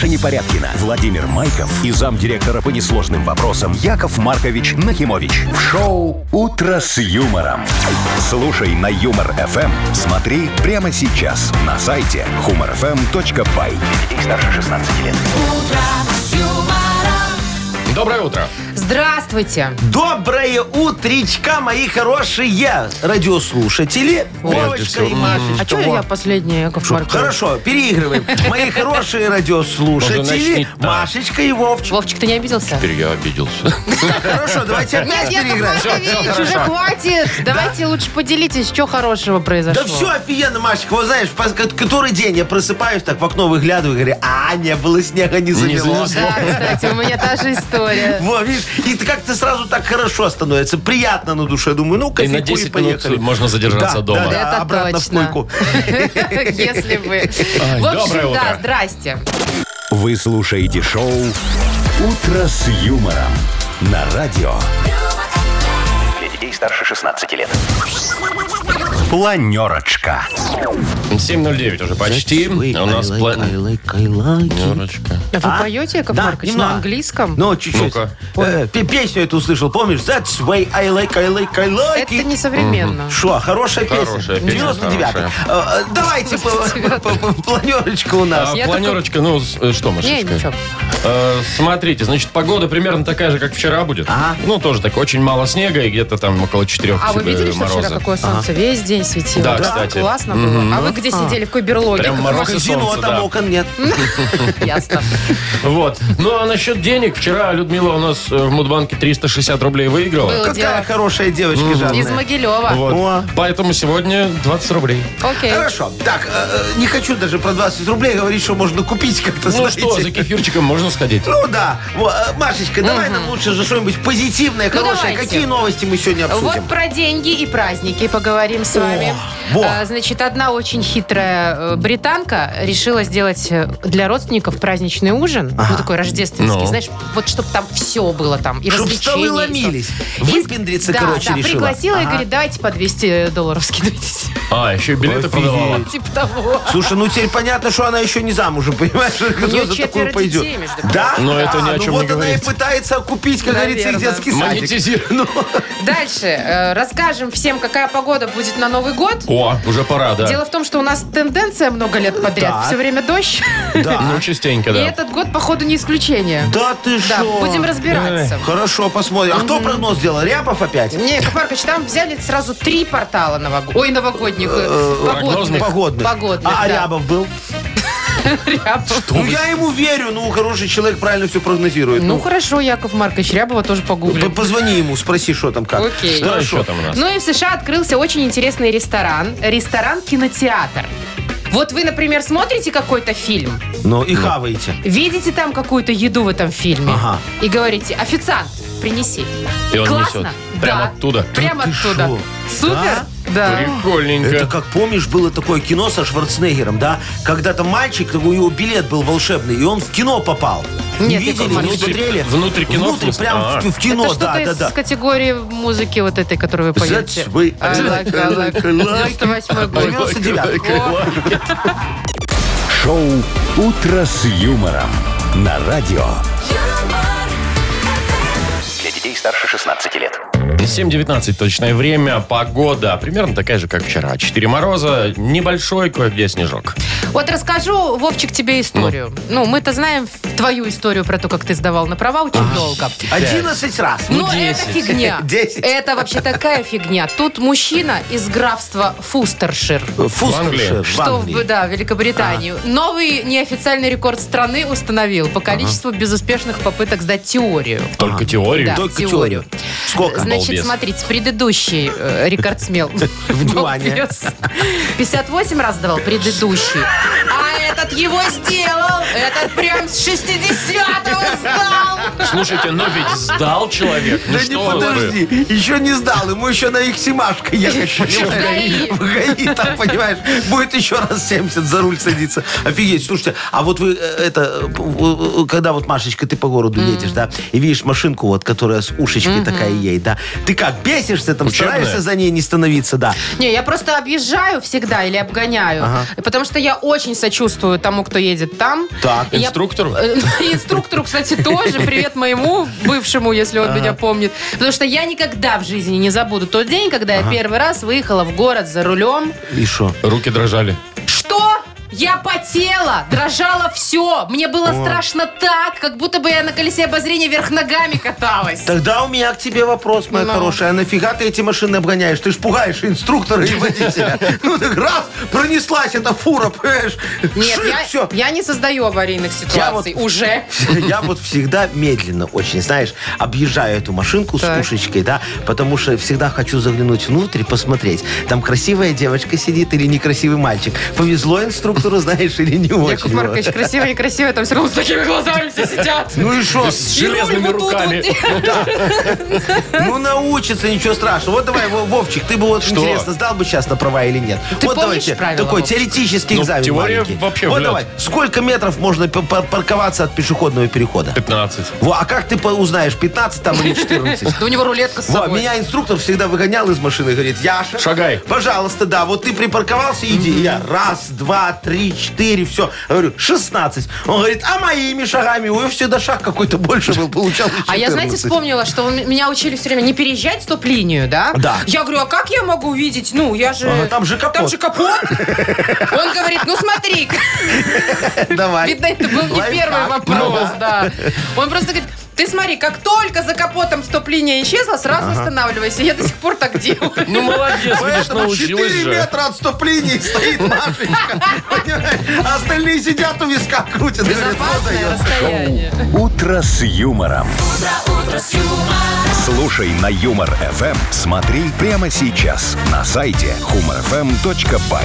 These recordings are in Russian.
Маша Непорядкина, Владимир Майков и замдиректора по несложным вопросам Яков Маркович Нахимович. В шоу «Утро с юмором». Слушай на Юмор-ФМ. Смотри прямо сейчас на сайте humorfm.by. Для детей старше 16 лет. Доброе утро. Здравствуйте. Доброе утречка, мои хорошие радиослушатели. Вовочка и Машечка. А что я последняя, Яков Маркович? Хорошо, переигрываем. Мои хорошие радиослушатели, начни так. Машечка и Вовчик. Вовчик, ты не обиделся? Теперь я обиделся. Хорошо, давайте опять Нет, Яков переиграем. Маркович, уже хватит. Давайте лучше поделитесь, что хорошего произошло. Да все офигенно, Машечка. Вот знаешь, который день я просыпаюсь, так в окно выглядываю и говорю, не было снега, не замело. Да, кстати, у меня та же история. Вот, видишь, и как-то сразу так хорошо становится, приятно на душе. Думаю, ну, И кофейку на 10 поехали. минут можно задержаться дома. Да, Это обратно точно. в койку. Если бы. В доброе общем, утро. да, здрасте. Вы слушаете шоу «Утро с юмором» на радио. Для детей старше 16 лет. Планерочка. 7:09 уже почти. У нас планерочка. Вы поете, Яков Да, Маркович, немного. на английском? Ну, чуть-чуть. Ну-ка. Песню эту услышал, помнишь? That's way I like Это it. не современно. Шо, хорошая песня? Хорошая песня, 99-й. Давайте планерочку у нас. Я Планерочка, что, Не, Машечка? ничего. Смотрите, значит, погода примерно такая же, как вчера будет. Ага. Ну, тоже так, очень мало снега и где-то там около 4 А вы видели, что мороза. вчера какое солнце весь день светило? Да, кстати. Классно было. А вы где сидели? В какой берлоге? Прям Яков мороз и Казино, солнце, там да. окон нет. Маркович? Ясно. Вот. Ну, а насчет денег, вчера Людмила у нас в Мудбанке 360 рублей выиграла. Было Какая дело. хорошая девочка Из жадная. Могилева. Вот. О. Поэтому сегодня 20 рублей. Окей. Хорошо. Так, не хочу даже про 20 рублей говорить, что можно купить как-то, Ну знаете. что, за кефирчиком можно сходить? Ну да. Вот, Машечка, давай нам лучше же что-нибудь позитивное, Ну, хорошее. давайте. Какие новости мы сегодня обсудим? Вот про деньги и праздники поговорим с вами. во. Значит, одна очень хитрая британка решила сделать для родственников праздничный ужин. Ну, такой рождественский. Ну. Знаешь, вот чтобы там все было там. И Чтоб развлечения. столы и ломились. всё. Выпендриться, короче, да, решила. пригласила и Ага. говорит, давайте по $200 скидывайтесь. А, еще и билеты Офигеть. продавала. Типа того. Слушай, ну теперь понятно, что она еще не замужем, понимаешь? Кто нее за 4 такую пойдет? детей, между прочим. Да? Но это ни о ну чем вот не она и говорит. пытается окупить, как говорится, их Наверное. детский садик. Монетизирует. Ну, Дальше. Расскажем всем, какая погода будет на Новый год. О, уже пора, да. Дело в том, что у нас тенденция много лет подряд. Так. Все время дождь. Ну, частенько, И да. этот год, походу, не исключение. да ты Да, что? будем разбираться. Хорошо, посмотрим. А кто прогноз сделал? Ряпов опять? Не, Яков Маркович, там взяли сразу 3 портала новогодних. прогнозных. Погодных. Погодных, А да. Рябов был? Рябов. Ну, я ему верю. Ну, хороший человек правильно все прогнозирует. Ну, хорошо, Яков Маркович, Рябова тоже погуглим. Позвони ему, спроси, что там как. Окей. Что еще там у нас? Ну и в США открылся очень интересный ресторан. Ресторан-кинотеатр. Вот вы, например, смотрите какой-то фильм, Ну, и хаваете. видите там какую-то еду в этом фильме Ага. и говорите, официант, принеси. И он Классно? несет. Прямо Да. оттуда. Прямо ты оттуда. шо? Супер? Да. Прикольненько. Это, как помнишь, было такое кино со Шварценеггером, да? Когда-то мальчик, у него билет был волшебный, и он в кино попал. Не Нет, видели, Яков не Маркович. смотрели? Внутрь кино, в Внутрь, смысле? прям А. в кино, Это что-то да. из категории музыки вот этой, которую вы поете. That's way I I like, I like. 98-й год. 99. Шоу «Утро с юмором» на радио. Для детей старше 16 лет. 7:19 точное время. Погода примерно такая же, как вчера. 4 мороза, небольшой кое-где снежок. Вот расскажу, Вовчик, тебе историю. Ну, мы-то знаем твою историю про то, как ты сдавал на права очень долго. 11 раз. Ну, это 10. фигня. 10. Это вообще такая фигня. Тут мужчина из графства Фустершир, Фустершир, в что Англии. в Великобритании, новый неофициальный рекорд страны установил по количеству безуспешных попыток сдать теорию. Только теорию. Да, Только теорию. Сколько? Значит, Балбес. смотрите, предыдущий рекордсмел. Внимание. Балбес. 58 раз давал предыдущий. А этот его сделал. Этот прям с 60-го сдал. Слушайте, но ведь сдал человек. Ну Да не что вы? подожди, еще не сдал, ему еще на их Симашко ехать, понимаешь? В ГАИ, там, понимаешь, будет еще раз 70 за руль садиться. Офигеть, слушайте, а вот вы, когда вот, Машечка, ты по городу едешь, да, и видишь машинку, вот, которая с ушечкой такая едет, да, Ты как, бесишься там, Учебная? стараешься за ней не становиться, да. Не, я просто объезжаю всегда или обгоняю. Потому что я очень сочувствую тому, кто едет там. Так. И я- Инструктору? Инструктору, кстати, тоже. Привет моему бывшему, если он меня помнит. Потому что я никогда в жизни не забуду тот день, когда я первый раз выехала в город за рулем. И что? Руки дрожали. Что? Я потела, дрожало все. Мне было страшно так, как будто бы я на колесе обозрения вверх ногами каталась. Тогда у меня к тебе вопрос, моя Ну. хорошая. А нафига ты эти машины обгоняешь? Ты ж пугаешь инструктора и водителя. Ну так раз, пронеслась эта фура, понимаешь? Нет, Все. я не создаю аварийных ситуаций. Уже. Я вот всегда медленно очень, знаешь, объезжаю эту машинку с Так. пушечкой, да, потому что всегда хочу заглянуть внутрь, посмотреть, там красивая девочка сидит или некрасивый мальчик. Повезло инструктору, знаешь, или не очень. Яков Маркович, красиво и красиво, там все равно с такими глазами все сидят. Ну и что? С железными И руль вот тут руками. вот. Ну научится, ничего страшного. Вот давай, Вовчик, ты бы вот интересно сдал бы сейчас на права или нет? Ты Вот помнишь давайте, правила, такой Вовчик? теоретический Ну, экзамен теория маленький. вообще Вот в лед. давай, сколько метров можно парковаться от пешеходного перехода? 15. Во, а как ты узнаешь, 15 там или 14? Да у него рулетка с Во, собой. меня инструктор всегда выгонял из машины и говорит: Яша, Шагай. пожалуйста, да, вот ты припарковался, иди. И я раз, два, три, четыре, все. Говорю, 16. Он говорит, а моими шагами? Ой, всегда шаг какой-то больше был, получал 14. А я, знаете, вспомнила, что меня учили все время не переезжать стоп-линию, да? Да. Я говорю, а как я могу увидеть? Ну, я же... Ага, там же капот. Там же капот. Он говорит, ну смотри. Давай. Видно, это был не Лайфхак. первый вопрос, да. Он просто говорит, ты смотри, как только за капотом стоп-линия исчезла, сразу останавливайся. Я до сих пор так делаю. Ну, молодец, видишь, Поэтому научилась 4 же. метра от стоп-линии стоит Машечка. Понимаешь? А остальные сидят у виска крутят. Говорят, вот Безопасное даёт. расстояние. «Утро с юмором». Слушай на Юмор ФМ. Смотри прямо сейчас на сайте humorfm.by.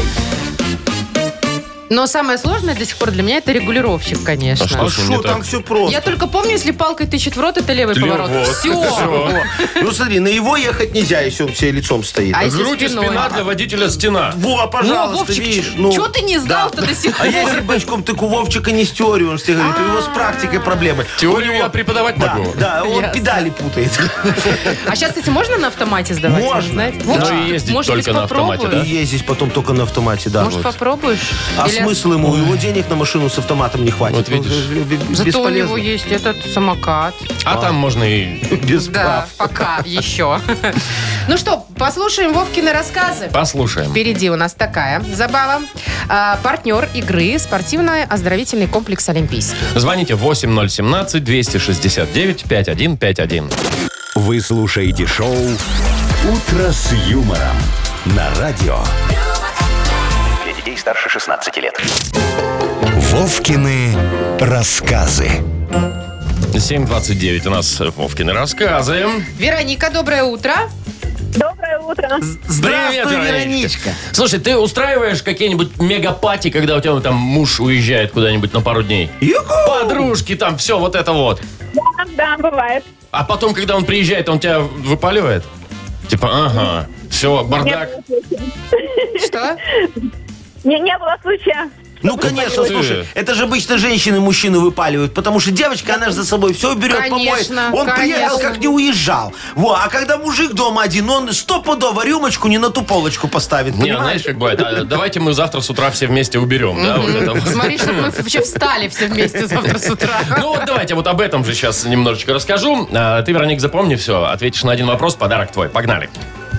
Но самое сложное до сих пор для меня это регулировщик, конечно. А что А с ним не что там так? все просто? Я только помню, если палкой тычет в рот, это левый поворот. Вот. Все. Ну смотри, на его ехать нельзя, если он тебе лицом стоит. А если Грудь и спиной? спина для водителя стена. Во, пожалуйста, Вовчик, видишь. Ну, чего ты не сдал-то да. до сих А пор? если бочком, так у Вовчика не с теорией, он же тебе говорит, у него с практикой проблемы. Теорию У него- я преподавать Да, могу. да, он Ясно. педали путает. А сейчас, кстати, можно на автомате сдавать? Можно. Знаете? Но Вовчик, и ездить может быть, только на автомате, попробуешь? да? И ездить потом только на автомате, да. Может, попробуешь? А Или- смысл ему? У него денег на машину с автоматом не хватит. Вот видишь. Зато у него есть этот самокат. А там можно и... Без Да, прав. пока еще. Ну что, послушаем Вовкины рассказы. Послушаем. Впереди у нас такая забава. Партнер игры спортивно-оздоровительный комплекс «Олимпийский». Звоните 8017-269-5151. Вы слушаете шоу «Утро с юмором» на радио. Для детей старше 16 лет. Вовкины рассказы. 7:29 у нас Вовкины рассказы. Вероника, доброе утро. Доброе утро. Здравствуй, Привет, Вероничка. Слушай, ты устраиваешь какие-нибудь мегапати, когда у тебя там муж уезжает куда-нибудь на пару дней? Юху! Подружки там, все вот это вот. Да, бывает. А потом, когда он приезжает, он тебя выпаливает? Типа, ага, все, бардак. Что? Не было случая. Ну, конечно, ты. слушай, это же обычно женщины мужчину выпаливают, потому что девочка, она же за собой все берет, помоет. Конечно, Он приехал, конечно. как не уезжал. Во, а когда мужик дома один, он стопудово рюмочку не на ту полочку поставит, Не, понимаешь? знаешь, как бывает, давайте мы завтра с утра все вместе уберем, да, вот это вот. Смотри, чтобы мы вообще встали все вместе завтра с утра. Ну вот давайте вот об этом же сейчас немножечко расскажу. Ты, Вероник, запомни все. Ответишь на один вопрос, подарок твой. Погнали.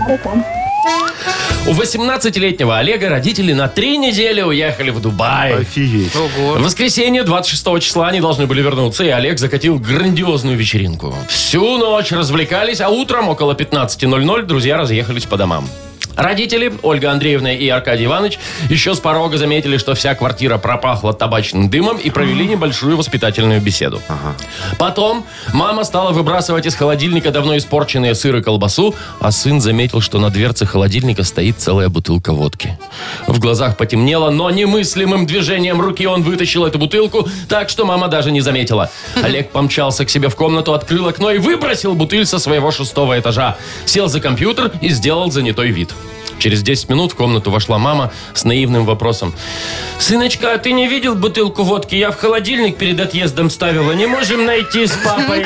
У 18-летнего Олега родители на 3 недели уехали в Дубай. Офигеть. В воскресенье 26 числа они должны были вернуться, и Олег закатил грандиозную вечеринку. Всю ночь развлекались, а утром около 15:00 друзья разъехались по домам. Родители, Ольга Андреевна и Аркадий Иванович, еще с порога заметили, что вся квартира пропахла табачным дымом и провели небольшую воспитательную беседу. Потом мама стала выбрасывать из холодильника давно испорченные сыр и колбасу, а сын заметил, что на дверце холодильника стоит целая бутылка водки. В глазах потемнело, но немыслимым движением руки он вытащил эту бутылку, так что мама даже не заметила. Олег помчался к себе в комнату, открыл окно и выбросил бутыль со своего 6-го этажа. Сел за компьютер и сделал занятой вид. Через 10 минут в комнату вошла мама с наивным вопросом. «Сыночка, а ты не видел бутылку водки? Я в холодильник перед отъездом ставила. Не можем найти с папой».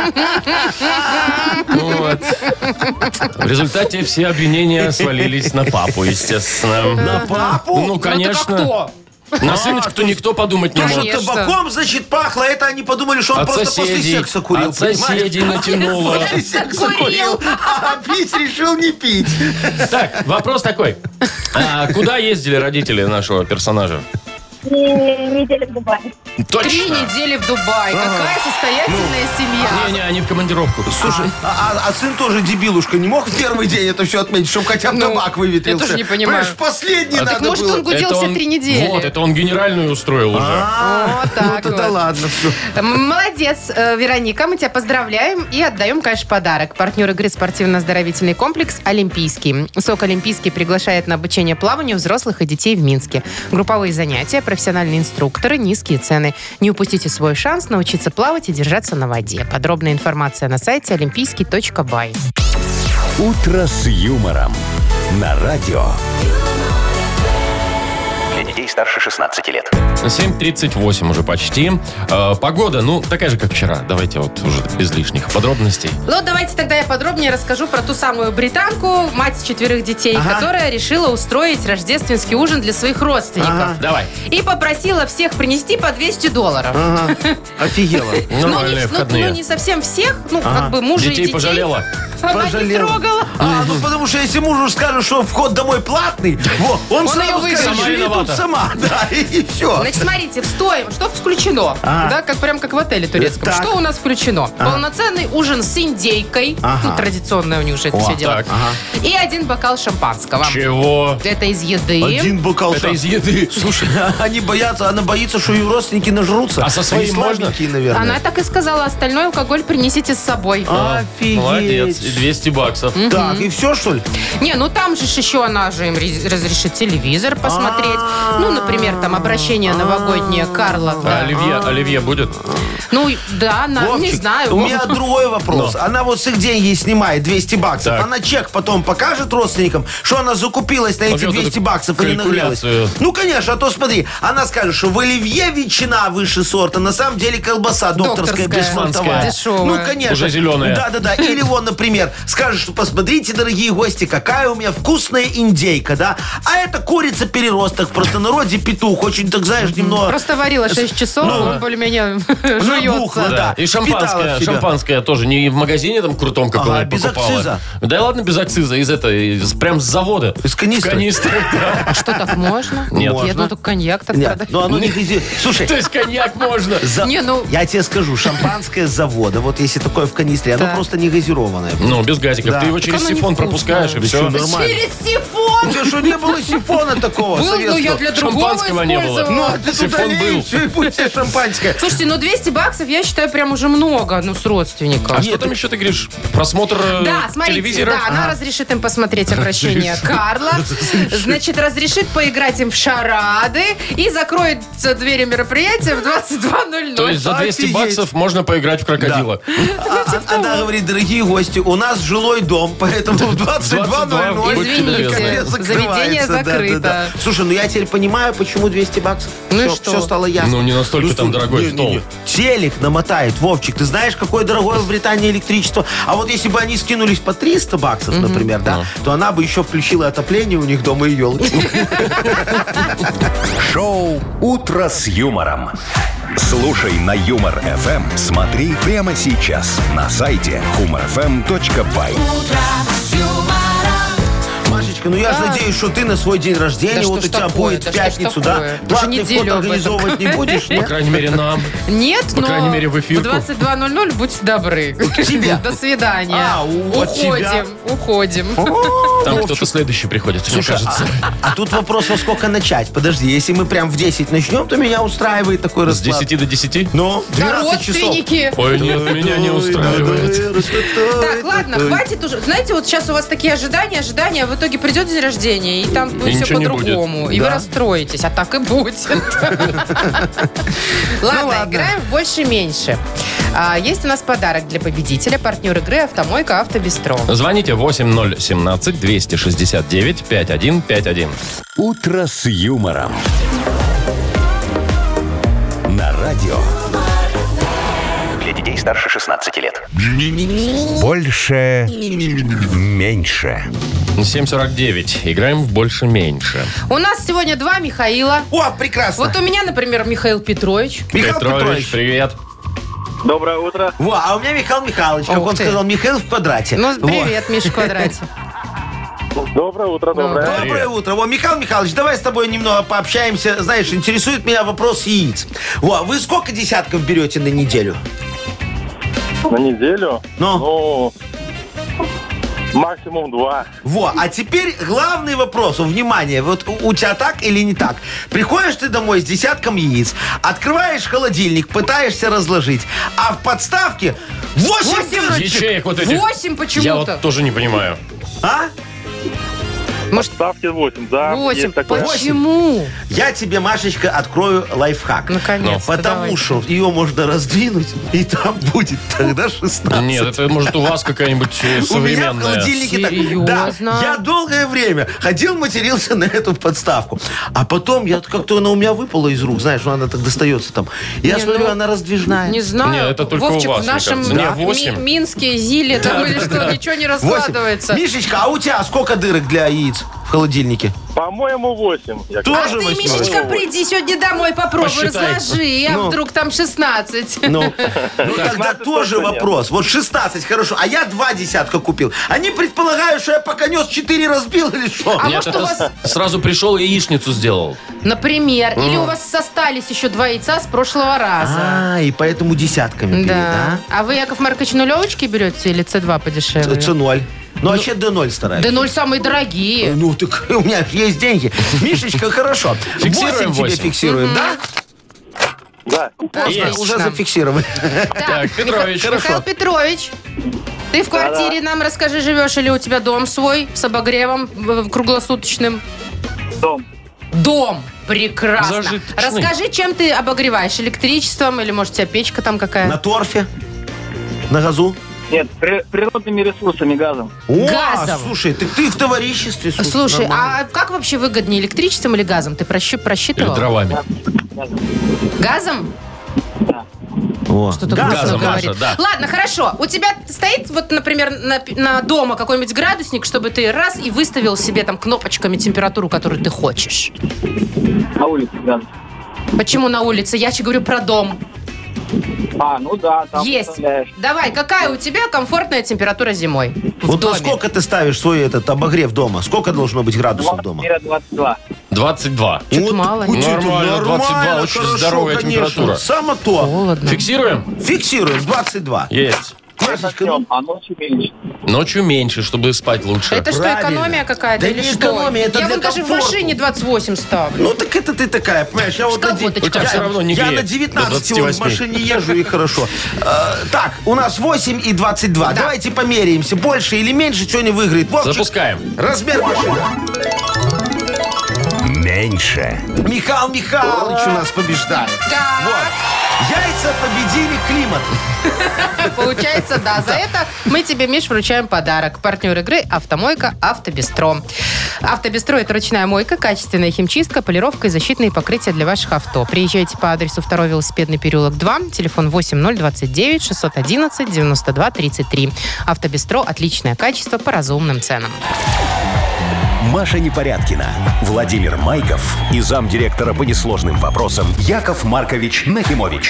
Вот. В результате все обвинения свалились на папу, естественно. На папу? Ну, конечно. кто? На сыночку никто подумать не Что, мог. Конечно. табаком, значит, пахло, это они подумали, что он От просто после соседей, секса курил. от соседей натянуло. После секса курил, а пить решил не пить. Так, вопрос такой. А куда ездили родители нашего персонажа? Неделю в Дубае. 3 недели в Дубае. Какая состоятельная семья. Не-не, они в командировку. Слушай, а сын тоже дебилушка, не мог в первый день это все отметить, чтобы хотя бы Ну, табак выветрился? я тоже не понимаю. Понимаешь, последний Так надо может было. он гудел Это все он- 3 недели. Вот, это он генеральную устроил уже. Вот так Ну тогда вот. ладно, все. Молодец, Вероника, мы тебя поздравляем и отдаем, конечно, подарок. Партнер игры спортивно-оздоровительный комплекс «Олимпийский». СОК «Олимпийский» приглашает на обучение плаванию взрослых и детей в Минске. Групповые занятия, профессиональные инструкторы, низкие цены. Не упустите свой шанс научиться плавать и держаться на воде. Подробная информация на сайте олимпийский.бай. «Утро с юмором» на радио. Для детей старше 16 лет. 7:38 уже почти. Погода, ну, такая же, как вчера. Давайте вот уже без лишних подробностей. Ну, давайте тогда я подробнее расскажу про ту самую британку, мать 4 детей, которая решила устроить рождественский ужин для своих родственников. Давай. И попросила всех принести по $200. Офигела. Нормальные входные. не совсем всех, как бы мужа и Детей детей. пожалела. Она не Пожалела. трогала. Ну потому что если мужу скажут, что вход домой платный, он её сразу выгонит. скажет, Сама «Живи тут виновата». сама. Да, и все. Значит, смотрите, стоим, что включено? Да, прям как в отеле турецком. Так. Что у нас включено? Полноценный ужин с индейкой. Ага. Ну, традиционное у них уже это все дело. так. И 1 бокал шампанского. Чего? Это из еды. Один бокал Это из еды. Слушай, они боятся, она боится, что ее родственники нажрутся. А со своим Они можно? слабенькие, наверное. Она так и сказала, остальной алкоголь принесите с собой. Офигеть. Молодец. И $200. Так, и все, что ли? Не, ну там же еще она же им разрешит телевизор посмотреть. Ну, например, там обращение новогоднее Карла. да. Оливье будет? Ну, да, не Вовчик, знаю. у меня другой вопрос. Она вот с их деньги снимает $200. Так. Она чек потом покажет родственникам, что она закупилась на эти вот эту $200 и не нагрелась. калькуляцию. Ну, конечно, а то смотри, она скажет, что в оливье ветчина выше сорта, на самом деле колбаса докторская, Докторская, бесфронтовая. дешевая. Ну, конечно. Уже зеленая. Да. Или он, например, скажет, что посмотрите, дорогие гости, какая у меня вкусная индейка, да? А это курица-переросток, в простонародье петух, очень, так знаешь, немного... Просто варила 6 часов, он более-менее Набухла, жуется. да. И Впитала в себя. шампанское тоже не в магазине там крутом каком-нибудь Ага, без покупала. акциза. Да ладно, без акциза, прям с завода. Из канистры? В канистре, да. А что, так можно? Нет. Я думаю, только коньяк так Нет, продают. ну оно не гази- Слушай, То есть коньяк можно. Не, ну- я тебе скажу, шампанское с завода, вот если такое в канистре, оно Да. просто не газированное. Ну, без газиков. Да. Ты его через оно сифон невкусное. пропускаешь, и Да все. что, нормально. Через сифон! У тебя что, не было сифона такого Был, но я советского? для другого Шампанского не было. использовала. Ну, а ты Сифон туда лей, был. все, и будет тебе шампанское. Слушайте, ну $200, я считаю, прям уже много, ну, с родственников. А что там еще ты говоришь? Просмотр Да, смотрите, телевизора? да, она разрешит им посмотреть обращение Карла, значит, разрешит поиграть им в шарады и закроет двери мероприятия в 22:00. То есть за $200 Офигеть. можно поиграть в крокодила. Она говорит, дорогие гости, у нас жилой дом, поэтому в 22:00 Будьте любезны. закрывается. Заведение Да, да, закрыто. да. Слушай, ну я теперь понимаю, почему $200. Ну и Все, что? все стало ясно. Ну, не настолько там дорогой стол. Телек намотает, Вовчик. Ты знаешь, какое дорогое в Британии электричество? А вот если бы они скинулись по $300, например, да, то она бы еще включила отопление у них дома и елки. Шоу «Утро с юмором». Слушай на Юмор ФМ. Смотри прямо сейчас на сайте humorfm.by. Машечка, ну я же надеюсь, что ты на свой день рождения, Да вот что у ж тебя такое, будет да в что ж пятницу, да? такое? Уже Платный неделю вход об этом. организовывать не будешь, По нет? крайней мере, нам. Нет, По но крайней мере, в эфирку. 22:00 будьте добры. тебе? До свидания. А, от тебя? Уходим. Там кто-то следующий приходит, мне Слушай, кажется. а тут вопрос, во сколько начать? Подожди, если мы прям в 10 начнем, то меня устраивает такой С расклад. 10 до 10? Ну, Да, 12 часов. родственники. Ой, нет, меня не устраивает. Так, ладно, хватит уже. Знаете, вот сейчас у вас такие ожидания, в итоге придет придет день рождения, и там будет все ничего не по-другому. будет. И вы Да. расстроитесь, а так и будет. Ладно, играем в больше-меньше. Есть у нас подарок для победителя. Партнер игры «Автомойка Автобестро». Звоните 8017-269-5151. «Утро с юмором». На радио. Для детей старше 16 лет. Больше. Меньше. 7:49. Играем в больше-меньше. У нас сегодня 2 Михаила. О, прекрасно. Вот у меня, например, Михаил Петрович. Михаил Петрович. привет. Доброе утро. Во, а у меня Михаил Михайлович, как Ух он ты. сказал, Михаил в квадрате. Ну, Во. привет, Миша в квадрате. Доброе утро, доброе. Доброе утро. Во, Михаил Михайлович, давай с тобой немного пообщаемся. Знаешь, интересует меня вопрос яиц. Во, вы сколько десятков берете на неделю? На неделю? Ну? Ну, максимум 2. Во, а теперь главный вопрос. Внимание, вот у тебя так или не так? Приходишь ты домой с десятком яиц, открываешь холодильник, пытаешься разложить, а в подставке 8 дырочек. Ячеек вот этих. 8 почему-то. Я вот тоже не понимаю. А? Может, Ставки 8, да. 8. Есть такое. Почему? Я тебе, Машечка, открою лайфхак. Наконец-то. Потому давай. что ее можно раздвинуть, и там будет тогда 16. Нет, это может у вас какая-нибудь У меня в современная. холодильнике так. Да, Серьезно? я долгое время ходил, матерился на эту подставку. А потом как-то она у меня выпала из рук. Знаешь, она так достается там. Я Не, смотрю, ну, она раздвижная. Не знаю. Не, это только Вовчик, у вас, в нашем мне кажется. Не, 8. Минске, Зиле, там или что, ничего не 8. раскладывается. Мишечка, а у тебя сколько дырок для яиц в холодильнике? По-моему, 8. А Тоже ты, 8. Мишечка, приди сегодня домой, попробуй, Посчитай. разложи, а Ну. вдруг там 16. Ну тогда 16 тоже точно нет. вопрос. Вот 16, хорошо. А я 2 десятка купил. Они предполагают, что я пока нес 4 разбил или что? А Нет, может, у вас, это сразу пришел и яичницу сделал. например, или у вас остались еще 2 яйца с прошлого раза. А, и поэтому десятками бери, Да. А вы, Яков Маркович, нулевочки берете или С2 подешевле? да? С0. Ну, вообще Д0 стараюсь. Да 0 самые дорогие. Ну, так у меня есть деньги. Мишечка, хорошо. Фиксируем 8 тебе 8. фиксируем, да? Да. Есть. Уже зафиксировали. Так, Петрович. Михаил Петрович, ты в квартире нам расскажи, живешь или у тебя дом свой с обогревом круглосуточным? Дом. Дом. Прекрасно. Зажиточный. Расскажи, чем ты обогреваешь? Электричеством или, может, у тебя печка там какая? На торфе? На газу? Нет, природными ресурсами, газом. О, Газом. слушай, ты в товариществе. Слушай, нормально. а как вообще выгоднее, электричеством или газом? Ты Или просчитывал? дровами. Газом? О, Что-то газом. вкусно Газом, говорит. Маша, да. Ладно, хорошо. У тебя стоит, вот, например, на дома какой-нибудь градусник, чтобы ты раз и выставил себе там кнопочками температуру, которую ты хочешь. На улице, да. Почему на улице? Я же говорю про дом. А, ну да, там Есть. выставляешь. Давай, какая у тебя комфортная температура зимой? В Вот доме. насколько ты ставишь свой этот обогрев дома? Сколько должно быть градусов дома? 22. 22. Чуть мало, вот, не? Нормально, 22, очень хорошо, здоровая конечно. температура. Само то. Холодно. Фиксируем? Фиксируем, 22. Есть. Машечка, ну, А ночью меньше. Ночью меньше, чтобы спать лучше. Это что, Правильно. экономия какая-то Да или не что? экономия, это Я для вон даже в комфорта. машине 28 ставлю. ну так это ты такая, понимаешь, я вот на Шкафоточка. У тебя все равно не я греет на до 19 в 28. машине езжу и хорошо. Так, у нас 8 и 22. Давайте померяемся. Больше или меньше, что не выиграет. Вовчик, Запускаем. размер машины. Меньше. Михаил Михайлович у нас побеждает. Так. Вот. Яйца победили климат. Получается, да. За это мы тебе, Миш, вручаем подарок. Партнер игры «Автомойка Автобестро». Автобестро – это ручная мойка, качественная химчистка, полировка и защитные покрытия для ваших авто. Приезжайте по адресу 2 велосипедный переулок 2, телефон 8029 611 92 33. Автобестро – отличное качество по разумным ценам. Маша Непорядкина, Владимир Майков и замдиректора по несложным вопросам Яков Маркович Нахимович.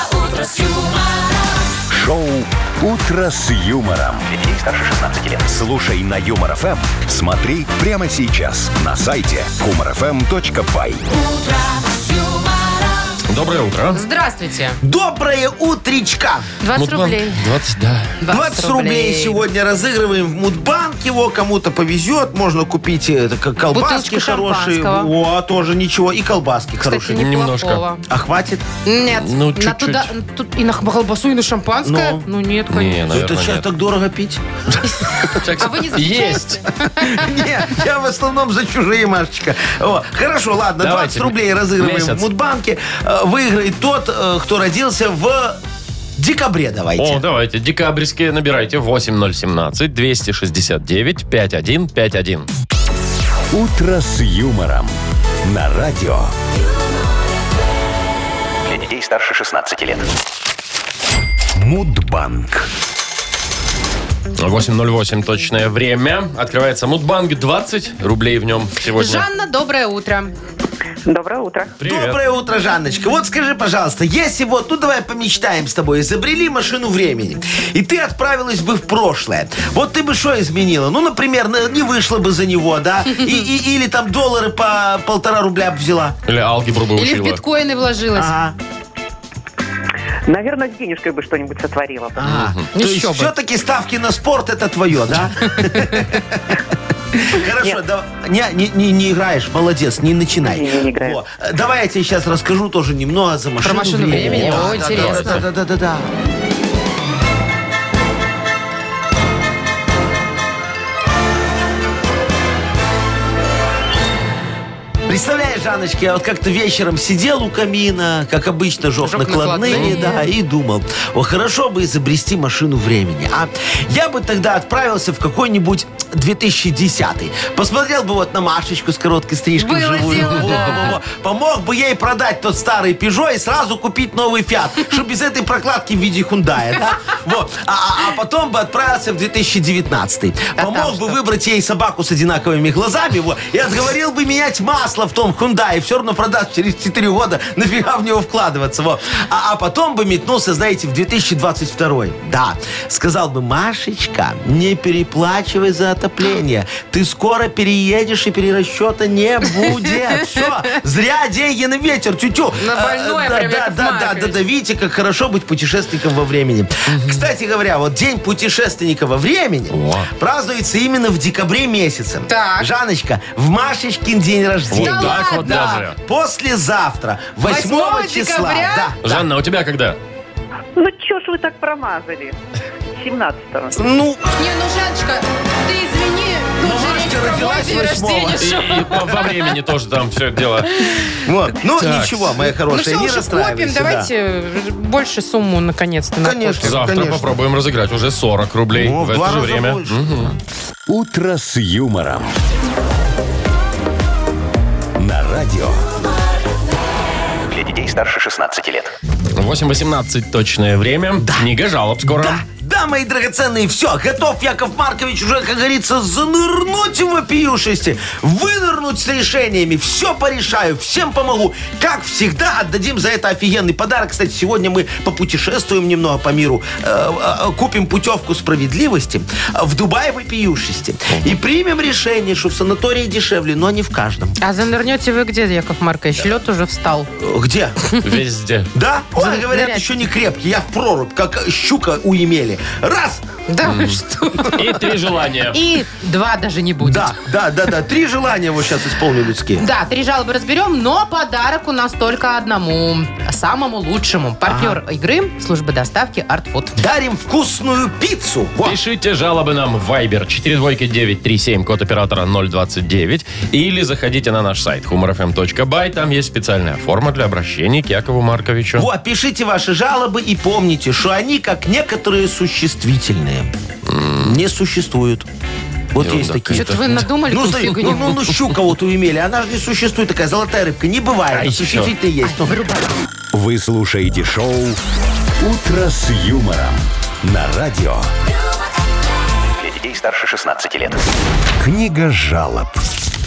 Шоу «Утро с юмором». Для детей старше 16 лет. Слушай на Юмор ФМ, смотри прямо сейчас на сайте humorfm.by. Доброе утро. Здравствуйте. Доброе утречка. 20 рублей. 20, да. 20 рублей сегодня разыгрываем в Мудбанк. Его кому-то повезет. Можно купить колбаски Бутылочку хорошие. шампанского. О, тоже ничего. И колбаски Кстати, хорошие. неплохого. А хватит? Нет. Ну, на чуть-чуть. туда, тут и на колбасу, и на шампанское? Ну. Ну, нет, Не, конечно. наверное, Это сейчас нет. так дорого пить? А вы не замечаете? Есть. Нет, я в основном за чужие, Машечка. О, хорошо, ладно, Давайте. 20 рублей разыгрываем Месяц. в Мудбанке. Выиграет тот, кто родился в декабре, давайте. О, давайте. Декабрьские набирайте 8017-269-5151. «Утро с юмором» на радио. Для детей старше 16 лет. Мудбанк. 8:08 точное время. Открывается Мудбанк. 20 рублей в нем сегодня. Жанна, доброе утро. Доброе утро. Привет. Доброе утро, Жанночка. Вот скажи, пожалуйста, если вот, ну давай помечтаем с тобой, изобрели машину времени, и ты отправилась бы в прошлое, вот ты бы что изменила? Ну, например, не вышла бы за него, да? Или там доллары по 1,5 рубля бы взяла. Или алгебру бы Или в учила. биткоины вложилась. Ага. Наверное, с денежкой бы что-нибудь сотворила. Ага. То Еще есть бы. все-таки ставки на спорт это твое, да? Хорошо, не играешь, молодец, не начинай. Не играю. Во. Давай я тебе сейчас расскажу тоже немного за машину, машину времени? О, интересно. Да. Представляешь, Жанночка, я вот как-то вечером сидел у камина, как обычно, жег Жег накладные, накладные. да, и думал, о, хорошо бы изобрести машину времени. А я бы тогда отправился в какой-нибудь 2010-й. Посмотрел бы вот на Машечку с короткой стрижкой Было вживую. дело, да. Во. Помог бы ей продать тот старый Peugeot и сразу купить новый Fiat, чтобы без этой прокладки в виде Hyundai, да? Вот. А потом бы отправился в 2019-й. Помог бы выбрать ей собаку с одинаковыми глазами, вот, и отговорил бы менять масло в том Hyundai, и все равно продаст через 4 года, нафига в него вкладываться, вот. А потом бы метнулся, знаете, в 2022. Да. Сказал бы, Машечка, не переплачивай за отопление. Ты скоро переедешь, и перерасчета не будет. Все. Зря деньги на ветер. Тю-тю. На больное прям, Яков Маркович. Да. Видите, как хорошо быть путешественником во времени. Кстати говоря, вот День путешественника во времени празднуется именно в декабре месяце. Так. Жанночка, в Машечкин день рождения. Вот так вот ладно? даже. Послезавтра, 8 8 числа. декабря? Да. Жанна, а у тебя когда? Ну, чё ж вы так промазали? 17-го. Ну, Не, ну, Жаночка, ты извини, Ну, тут же Машка речь про мой родилась день 8-го. рождения. И во времени тоже там все дело. вот. Ну, Так. ничего, моя Ну хорошая, все, не уже копим, расстраивайся. да. давайте больше сумму наконец-то накопим. Конечно. Завтра попробуем разыграть уже 40 рублей Ну, в в это 2 же раза время. больше. «Утро с юмором». На радио. Для детей старше 16 лет. 8:18 точное время. Книга жалоб скоро. Да, мои драгоценные, все, готов Яков Маркович уже, как говорится, занырнуть в вопиюшести, вынырнуть с решениями, все порешаю, всем помогу. Как всегда, отдадим за это офигенный подарок. Кстати, сегодня мы попутешествуем немного по миру, купим путевку справедливости в Дубай вопиюшести и примем решение, что в санатории дешевле, но не в каждом. А занырнете вы где, Яков Маркович? Лед уже встал. Где? Везде. Да? Ой, говорят, Занырять. еще не крепкий. Я в прорубь, как щука у Емели. Раз! Да вы что? И 3 желания. И 2 даже не будет. Да. 3 желания вот сейчас исполню людские. Да, 3 жалобы разберем, но подарок у нас только одному. Самому лучшему. Партнер игры – служба доставки Art Food. Дарим вкусную пиццу. Вот. Пишите жалобы нам в Viber 42937, код оператора 029. Или заходите на наш сайт humorfm.by. Там есть специальная форма для обращения к Якову Марковичу. Вот, пишите ваши жалобы и помните, что они, как некоторые существительные, не существуют. Вот Ерунда есть такие. Что-то вы надумали Ну, какую-то смотри, фигню. ну, щука вот у Емели, она же не существует, такая золотая рыбка. Не бывает, Ай, существительные есть. Ну, Вы слушаете шоу «Утро с юмором» на радио. Для детей старше 16 лет. Книга жалоб.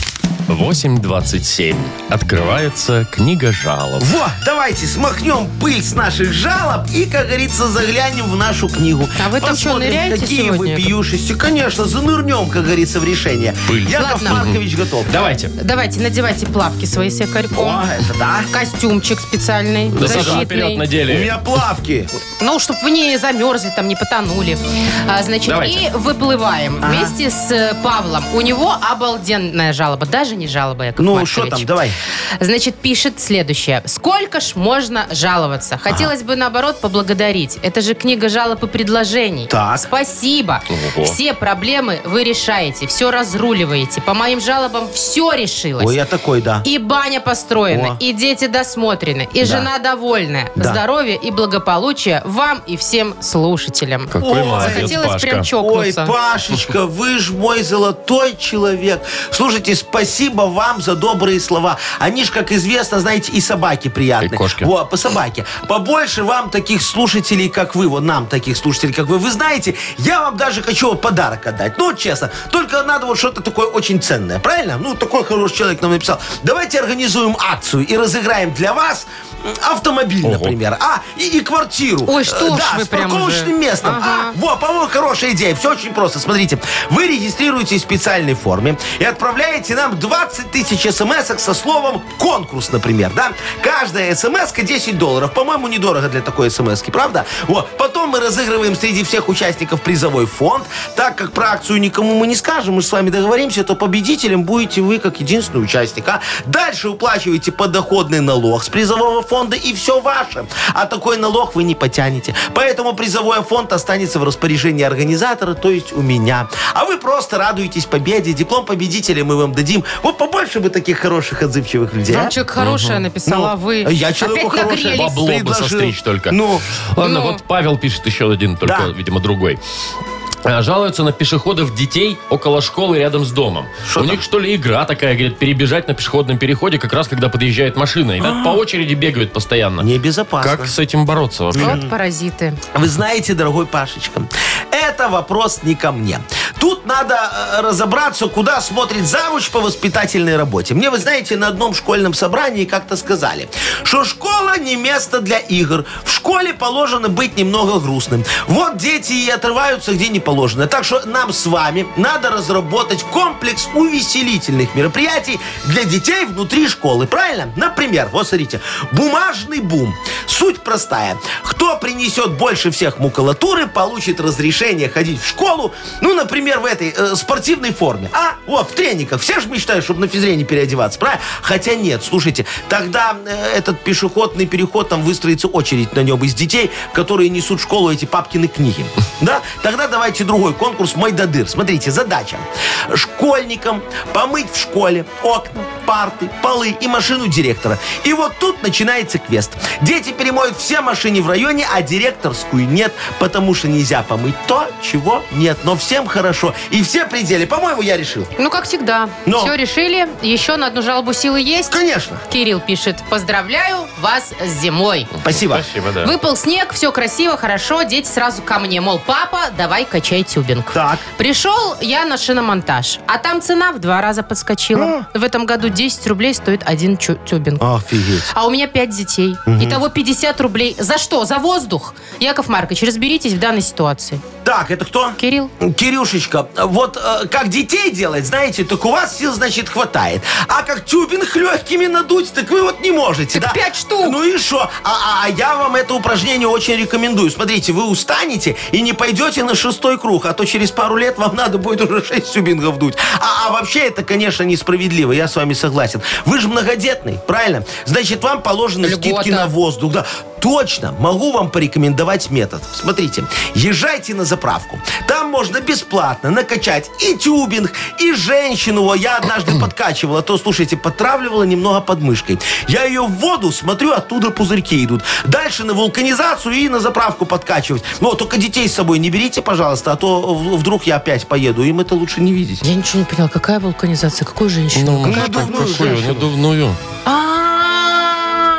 8:27. Открывается книга жалоб. Во, давайте смахнем пыль с наших жалоб и, как говорится, заглянем в нашу книгу. А вы там что, Посмотрим, ныряете какие вы сегодня? пьюшисти. Конечно, занырнем, как говорится, в решение. Пыль. Яков Ладно. Маркович готов. Давайте. Давайте, надевайте плавки свои с якорьком. О, это да. Костюмчик специальный, Да сразу вперед защитный. У надели. меня плавки. Ну, чтобы вы не замерзли, там, не потонули. Значит, Давайте. и выплываем вместе с Павлом. У него обалденная жалоба. Даже не жалоба, Яков Ну, Маркович. что там, давай. Значит, пишет следующее. Сколько ж можно жаловаться? Хотелось бы, наоборот, поблагодарить. Это же книга жалоб и предложений. Так. Спасибо. Ого. Все проблемы вы решаете, все разруливаете. По моим жалобам все решилось. Ой, я такой, да. И баня построена, О. и дети досмотрены, и Да. жена довольная. Да. Здоровья и благополучия вам и всем слушателям. Какой Ой, молодец, Захотелось Пашка. прям Ой, чокнуться. Пашечка, вы ж мой золотой человек. Слушайте, спасибо вам за добрые слова. Они ж, как известно, знаете, и собаки приятные. И кошки. Во, по собаке. Побольше вам таких слушателей, как вы. Вот нам таких слушателей, как вы. Вы знаете, я вам даже хочу вот подарок отдать. Ну, вот честно. Только надо вот что-то такое очень ценное. Правильно? Ну, такой хороший человек нам написал. Давайте организуем акцию и разыграем для вас автомобиль, Ого. например. И квартиру. Ой, что ж да, вы с прям парковочным уже. местом. Ага. Во, по-моему, хорошая идея. Все очень просто. Смотрите, вы регистрируетесь в специальной форме и отправляете нам 20 тысяч смс-ок со словом «конкурс», например, да? Каждая смс-ка $10. По-моему, недорого для такой смс-ки, правда? Вот. Потом мы разыгрываем среди всех участников призовой фонд. Так как про акцию никому мы не скажем, мы же с вами договоримся, то победителем будете вы как единственный участник. А дальше уплачиваете подоходный налог с призового фонда, и все ваше. А такой налог вы не потянете. Поэтому призовой фонд останется в распоряжении организатора, то есть у меня. А вы просто радуетесь победе. Диплом победителя мы вам дадим. Вот побольше бы таких хороших, отзывчивых людей. Вам а? человек хорошее написал, а вы Я человеку опять хорошее. нагрелись. Бабло бы Предложил. состричь только. Ну, Ладно, Ну. вот Павел пишет еще один, только, Да. видимо, другой. Жалуются на пешеходов детей около школы рядом с домом. Что У там? них, что ли, игра такая, говорит, перебежать на пешеходном переходе, как раз когда подъезжает машина. И так по очереди бегают постоянно. небезопасно. Как с этим бороться вообще? Вот паразиты. Вы знаете, дорогой Пашечка, это вопрос не ко мне. Тут надо разобраться, куда смотрит завуч по воспитательной работе. Мне, вы знаете, на одном школьном собрании как-то сказали, что школа не место для игр. В школе положено быть немного грустным. Вот дети и отрываются, где не положено. Так что нам с вами надо разработать комплекс увеселительных мероприятий для детей внутри школы. Правильно? Например, вот смотрите, бумажный бум. Суть простая. Кто принесет больше всех макулатуры, получит разрешение ходить в школу, ну, например, в этой спортивной форме. А, вот, в трениках. Все же мечтают, чтобы на физре переодеваться, правильно? Хотя нет, слушайте, тогда этот пешеходный переход, там выстроится очередь на нем из детей, которые несут в школу эти папкины книги. Да? Тогда давайте другой конкурс «Мойдодыр». Смотрите, задача. Школьникам помыть в школе окна, парты, полы и машину директора. И вот тут начинается квест. Дети перемоют все машины в районе, а директорскую нет, потому что нельзя помыть то, чего нет. Но всем хорошо. И все пределы. По-моему, я решил. Ну, как всегда. Но. Все решили. Еще на одну жалобу силы есть. Конечно. Кирилл пишет: поздравляю вас с зимой. Спасибо. Спасибо, да. Выпал снег, все красиво, хорошо. Дети сразу ко мне, мол, папа, давай качай тюбинг. Так. Пришел я на шиномонтаж, а там цена в 2 раза подскочила. В этом году 10 рублей стоит один тюбинг. Офигеть. А у меня 5 детей. Итого 50 рублей. За что? За воздух? Яков Маркович, разберитесь в данной ситуации. Так, это кто? Кирилл? Кирюшечка, вот как детей делать, знаете, так у вас сил, значит, хватает. А как тюбинг легкими надуть, так вы вот не можете, Так да? 5 штук. Ну и что? А я вам это упражнение очень рекомендую. Смотрите, вы устанете и не пойдете на 6-й круг, а то через пару лет вам надо будет уже 6 тюбингов дуть. А вообще это, конечно, несправедливо, я с вами согласен. Вы же многодетный, правильно? Значит, вам положены Льгота. скидки на воздух, да. Точно, могу вам порекомендовать метод. Смотрите, езжайте на заправку. Там можно бесплатно накачать и тюбинг, и женщину. Я однажды подкачивала, то, слушайте, подтравливала немного подмышкой. Я ее в воду смотрю, оттуда пузырьки идут. Дальше на вулканизацию и на заправку подкачивать. Ну, только детей с собой не берите, пожалуйста, а то вдруг я опять поеду. Им это лучше не видеть. Я ничего не поняла. Какая вулканизация? Какую женщину? Ну, Какая какую? Надувную.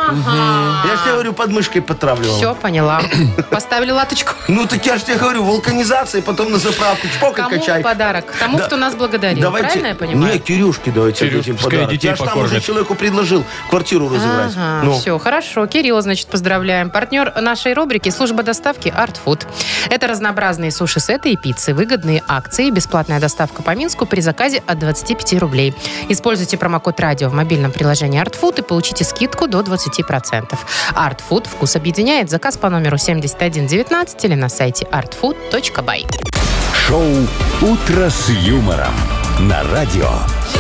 Ага. Я же тебе говорю, подмышкой потравливал. Все, поняла. Поставили латочку. Ну так я же тебе говорю, вулканизация, потом на заправку чпок и Кому качай. подарок? Тому, Да. кто нас благодарил. Давайте, Правильно я понимаю? Не, Кирюшке давайте Кирюшке, дадим пускай подарок. детей Я же там покормит. уже человеку предложил квартиру разыграть. Ага, Ну. все, хорошо. Кирилла, значит, поздравляем. Партнер нашей рубрики — служба доставки Art Food. Это разнообразные суши-сеты и пиццы, выгодные акции, бесплатная доставка по Минску при заказе от 25 рублей. Используйте промокод «Радио» в мобильном приложении Art Food и получите скидку до 20%. Art Food. Вкус объединяет. Заказ по номеру 7119 или на сайте artfood.by. Шоу «Утро с юмором» на радио.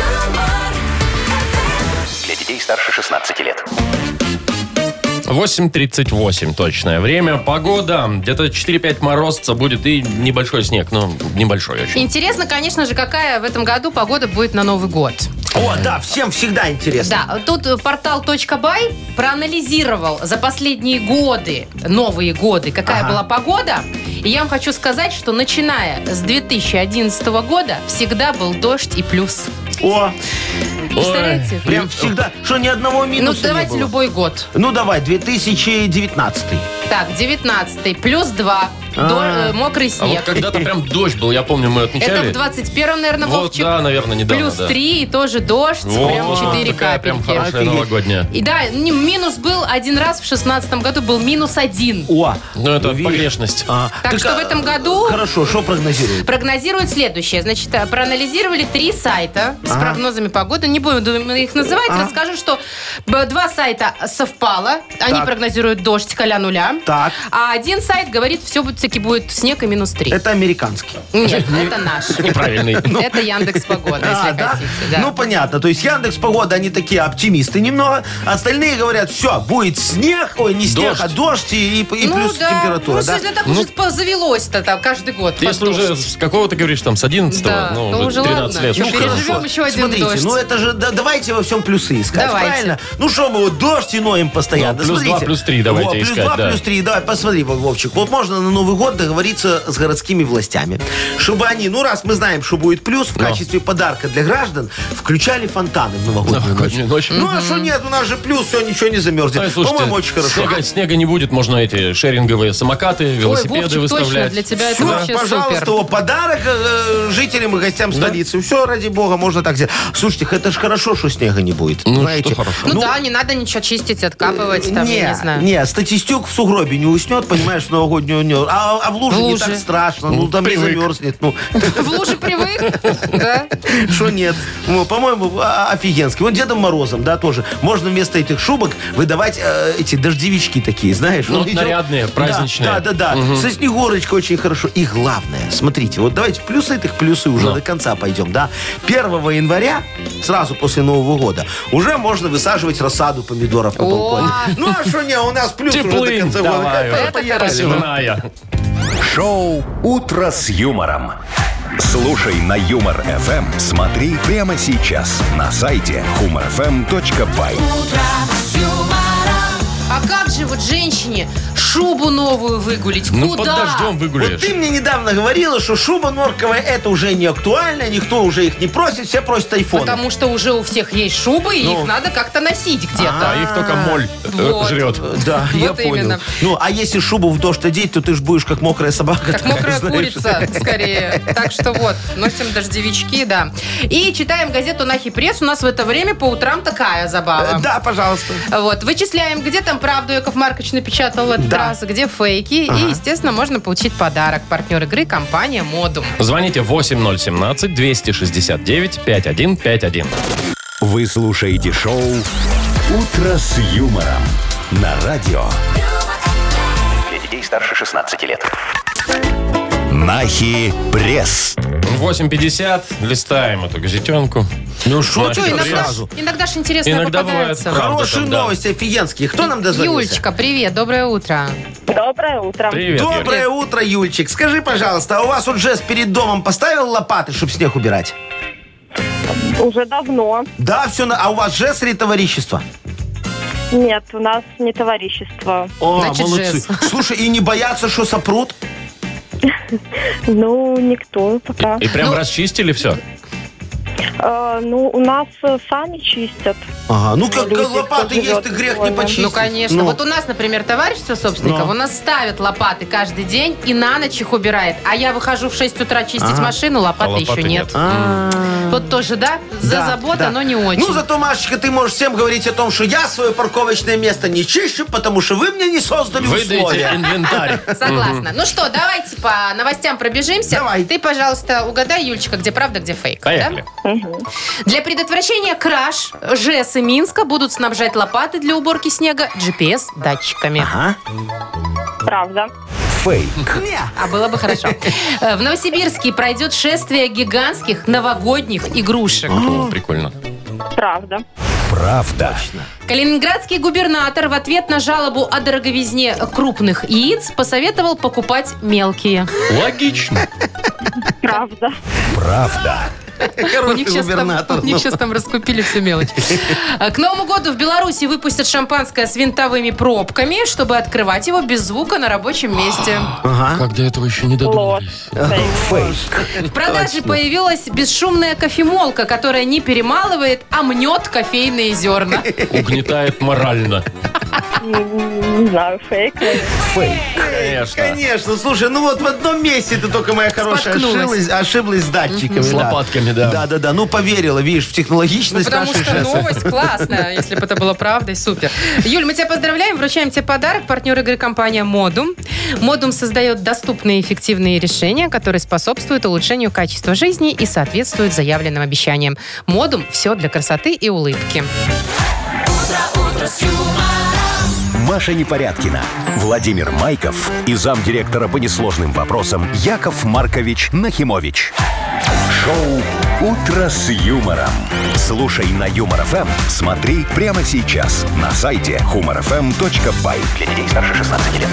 Для детей старше 16 лет. 8:38 точное время. Погода. Где-то 4-5 морозца будет и небольшой снег. Ну, небольшой очень. Интересно, конечно же, какая в этом году погода будет на Новый год. О, да, всем всегда интересно. Да, тут портал .бай проанализировал за последние годы, новые годы, какая была погода. И я вам хочу сказать, что начиная с 2011 года всегда был дождь и плюс. О, Представляете? прям всегда. Что, ни одного Ну, минуса не давайте было? любой год. Ну, давай, 2019. Так, 19-й, плюс 2. Мокрый А снег. вот когда-то прям дождь был, я помню, мы Это отмечали. в 21-м, наверное, Вот, Вовчик. да, наверное, недавно. Плюс да. 3 и тоже дождь. Вот, Прям 4 такая прям капельки. хорошая Офигеть. новогодняя. И да, минус был один раз в 16 году, был -1. О, Ну, это видишь? погрешность. Так что в этом году Хорошо, что прогнозируют? прогнозируют следующее. Значит, проанализировали 3 сайта с прогнозами погоды. Не будем их называть. Расскажу, что 2 сайта совпало. Они Так. прогнозируют дождь нуля. Так. А один сайт говорит, все-таки будет снег и -3. Это американский. Нет, это наш. Неправильный. Это Яндекс.Погода, если да? хотите. Да. Ну, понятно. То есть Яндекс.Погода, они такие оптимисты немного. Остальные говорят, все, будет снег, ой, не снег, Дождь. а дождь и плюс температура, Ну, да? если так уже завелось-то там каждый год. под Если уже дождь. с какого ты говоришь, там, с 11-го, Да, ну, ну, уже уже 13 ладно. лет. Ну, Ну, переживем хорошо. еще один Смотрите, дождь. ну это же, давайте во всем плюсы искать, Давайте. правильно? Ну что мы вот дождь и ноем постоянно. Ну, плюс Смотрите. 2, плюс 3 давайте плюс искать, 2, да. плюс 3, давай, посмотри, Вовчик. Вот можно на Новый год договориться с городскими властями, чтобы они, ну раз мы знаем, что будет плюс, в качестве подарка для граждан включали фонтаны в новогоднюю ночь. Новогоднюю ночь. Ну а что нет, у нас же плюс, все, ничего не замерзнет. Ой, слушайте, По-моему, очень хорошо. снега не будет, можно эти шеринговые самокаты, Ой, велосипеды Вовчик, точно, выставлять. для тебя это Всё, вообще пожалуйста, супер. вот подарок жителям и гостям столицы. Все, ради бога, можно так сделать. Слушайте, это же хорошо, что снега не будет. Ну, понимаете? что хорошо. Ну да, не надо ничего чистить, откапывать, там, я не знаю. Не, статистюк в сугробе не уснет, понимаешь, в новогоднюю ночь. А в луже В не луже. так страшно, ну там привык. не замерзнет. Ну, В луже привык, да? что нет. Ну, по-моему, офигенский. Вот Дедом Морозом, да, тоже. Можно вместо этих шубок выдавать эти дождевички такие, знаешь. Ну, Он идет- нарядные, праздничные. Да. Со Снегурочкой очень хорошо. И главное, смотрите, вот давайте плюсы этих плюсы уже Ну. до конца пойдем, да. 1 января, сразу после Нового года, уже можно высаживать рассаду помидоров на О. балконе. Ну, а что не, у нас плюс уже до Теплынь конца года. давай. Это Поехали. Посевная. Шоу «Утро с юмором». Слушай на Юмор ФМ. Смотри прямо сейчас на сайте humorfm.by. А как же вот женщине шубу новую выгулить? Ну, Куда? под дождем Вот выгуляешь. ты мне недавно говорила, что шуба норковая это уже не актуально, никто уже их не просит, все просят айфоны. Потому что уже у всех есть шубы, и их надо как-то носить где-то. А их только моль Вот. жрет. Да, я Вот понял. именно. Ну, а если шубу в дождь одеть, то ты ж будешь как мокрая собака. Как такая, мокрая знаешь. курица, скорее. Так что вот, носим дождевички, да. И читаем газету «Нахи Пресс». У нас в это время по утрам такая забава. Да, пожалуйста. Вот, вычисляем, где там правду Яков Маркович напечатал в этот Да. раз, где фейки. И, естественно, можно получить подарок. Партнер игры — компания «Модум». Звоните 8017-269-5151. Вы слушаете шоу «Утро с юмором» на радио. Для детей старше 16 лет. Нахи Пресс. 8:50. Листаем эту газетенку. Ну, что Нахи ты Пресс. сразу? Иногда ж интересно Иногда попадается. бывает. Правда Хорошие там, да. новости, офигенские. Кто нам дозвонился? Юлечка, привет, доброе утро. Доброе утро. Привет, Юль. Доброе утро, Юльчик. Скажи, пожалуйста, а у вас вот Жес перед домом поставил лопаты, чтобы снег убирать? Уже давно. Да, все. А у вас Жес или товарищество? Нет, у нас не товарищество. О, Значит, молодцы. Жес. Слушай, и не боятся, что сопрут? Ну, никто пока. И прям расчистили все? Ну, у нас сами чистят. Ага, ну как Люди, лопаты кто есть, ты живет грех не в доме. почистить. Ну, конечно. Вот у нас, например, товарищ собственников, у нас ставит лопаты каждый день и на ночь их убирает. А я выхожу в 6 утра чистить машину, лопаты еще лопаты нет. нет. Вот тоже, да? Да, Забота, да. но не очень. Ну, зато, Машечка, ты можешь всем говорить о том, что я свое парковочное место не чищу, потому что вы мне не создали Выдайте условия. инвентарь. Согласна. Ну что, давайте по новостям пробежимся. Давай. Ты, пожалуйста, угадай, Юлечка, где правда, где фейк. Поехали. Да? Для предотвращения краж ЖЭС и Минска будут снабжать лопаты для уборки снега GPS-датчиками. Ага. Правда. Фейк. Не. А было бы хорошо. В Новосибирске пройдет шествие гигантских новогодних игрушек. О, прикольно. Правда. Правда. Калининградский губернатор в ответ на жалобу о дороговизне крупных яиц посоветовал покупать мелкие. Логично. Правда. Правда. Хороший губернатор. У них сейчас там раскупили всю мелочь. К Новому году в Беларуси выпустят шампанское с винтовыми пробками, чтобы открывать его без звука на рабочем месте. Ага. Как до этого еще не Ложь. додумались. Фейк. В продаже появилась бесшумная кофемолка, которая не перемалывает, а мнет кофейные зерна. Угнетает морально. Не знаю, фейк. Фейк. Конечно. Конечно, слушай, ну вот в одном месте ты только, моя хорошая, Споткнулась. ошиблась с датчиками. С да. лопатками, да. Да. Ну, поверила, видишь, в технологичность Потому нашей что ЖЭСа. новость классная, если бы это было правдой, супер. Юль, мы тебя поздравляем, вручаем тебе подарок. Партнер игры компания Модум. Модум создает доступные и эффективные решения, которые способствуют улучшению качества жизни и соответствуют заявленным обещаниям. Модум – все для красоты и улыбки. Маша Непорядкина, Владимир Майков и замдиректора по несложным вопросам Яков Маркович Нахимович. Шоу «Утро с юмором». Слушай на Юмор ФМ, смотри прямо сейчас на сайте humorfm.by. Для детей старше 16 лет.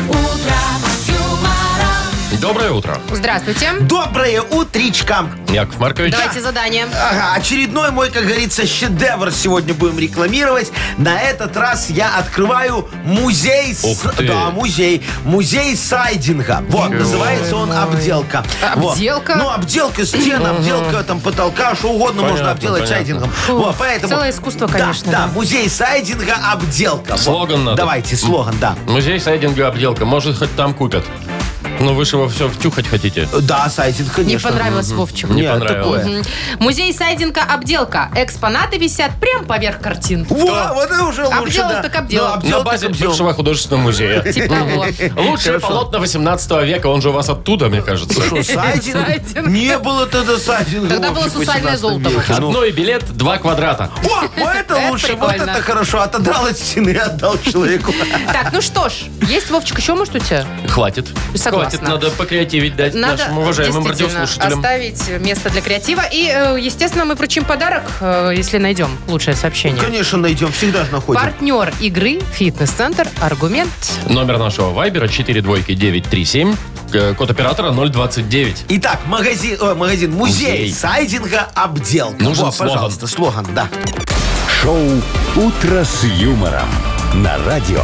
Доброе утро. Здравствуйте. Доброе утречко. Яков Маркович. Давайте задание. Ага, очередной мой, как говорится, шедевр сегодня будем рекламировать. На этот раз я открываю музей. Ух ты. Да, музей. Музей сайдинга. Вот, называется он «Обделка». Обделка? Вот. Ну, обделка стен, обделка там потолка, что угодно Понятно, можно обделать понятно. сайдингом. Вот, поэтому... Целое искусство, конечно, Да, да. музей сайдинга «Обделка». Вот. Слоган надо. Давайте, слоган, да. Музей сайдинга обделка. Может, хоть там купят. Ну, вы же его все втюхать хотите. Да, сайдинг, конечно. Не понравилось Вовчику. Не Нет, понравилось. такое. Мгм. Музей сайдинга «Обделка». Экспонаты висят прям поверх картин. Во, вот это уже лучше, Обделал да. так обделал. Да, На обделал базе так обделал. бывшего художественного музея. Типа того. Лучшее Хорошо. полотно 18 века. Он же у вас оттуда, мне кажется. Что, сайдинг? Сайдинг. Не было тогда сайдинга. Тогда было Вовчик, в сусальное 18 золото, веке. Ну. Одной билет, 2 квадрата. О, вот это Это лучше, вот прикольно. это хорошо. Отодрал от стены и отдал человеку. Так, ну что ж, есть, Вовчик, еще, может, у тебя? Хватит. Согласна. Хватит, надо покреативить дать Надо нашим уважаемым действительно радиослушателям. оставить место для креатива. И, естественно, мы вручим подарок, если найдем лучшее сообщение. Конечно, найдем, всегда же находим. Партнер игры «Фитнес-центр Аргумент». Номер нашего вайбера 42937, код оператора 029. Итак, музей Музей. сайдинга «Обделка». Нужен Во, слоган. пожалуйста, слоган, да. Шоу «Утро с юмором» на радио.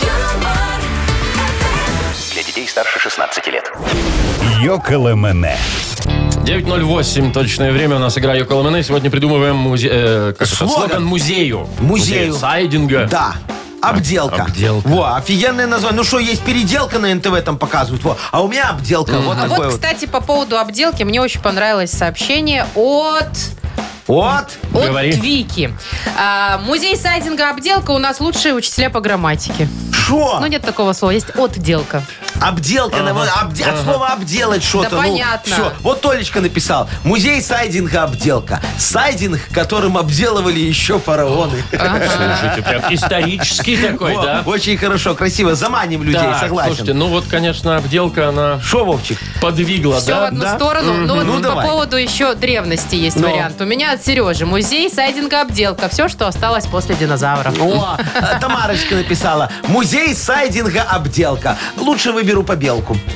Для детей старше 16 лет. Йоколэмэне. 9:08 точное время. У нас игра Йоколо Мене. Сегодня придумываем слоган музею. Музею. Сайдинга. Да. Обделка. Обделка. Во, офигенное название. Ну что, есть переделка на НТВ там показывают. Во. А у меня обделка. Вот А такой вот, вот. кстати, по поводу обделки, мне очень понравилось сообщение от Вот. Говори. Вики. Музей сайдинга «Обделка» у нас лучшие учителя по грамматике. Шо? Ну, нет такого слова, есть «отделка». Обделка, от слова обделать что-то. Да понятно. Все. Вот Толечка написал. Музей сайдинга «Обделка». Сайдинг, которым обделывали еще фараоны. Слушайте, прям исторический такой, Во, да? Очень хорошо, красиво. Заманим людей, Так, согласен. слушайте, ну вот, конечно, обделка, она Шо, Вовчик? подвигла, Все в да? одну Да? сторону. Но вот Ну, по давай. поводу еще древности есть Но. вариант. У меня от Сережи. Музей сайдинга «Обделка». Все, что осталось после динозавров. О, Тамарочка написала. Музей сайдинга «Обделка». Лучше выберу побелку.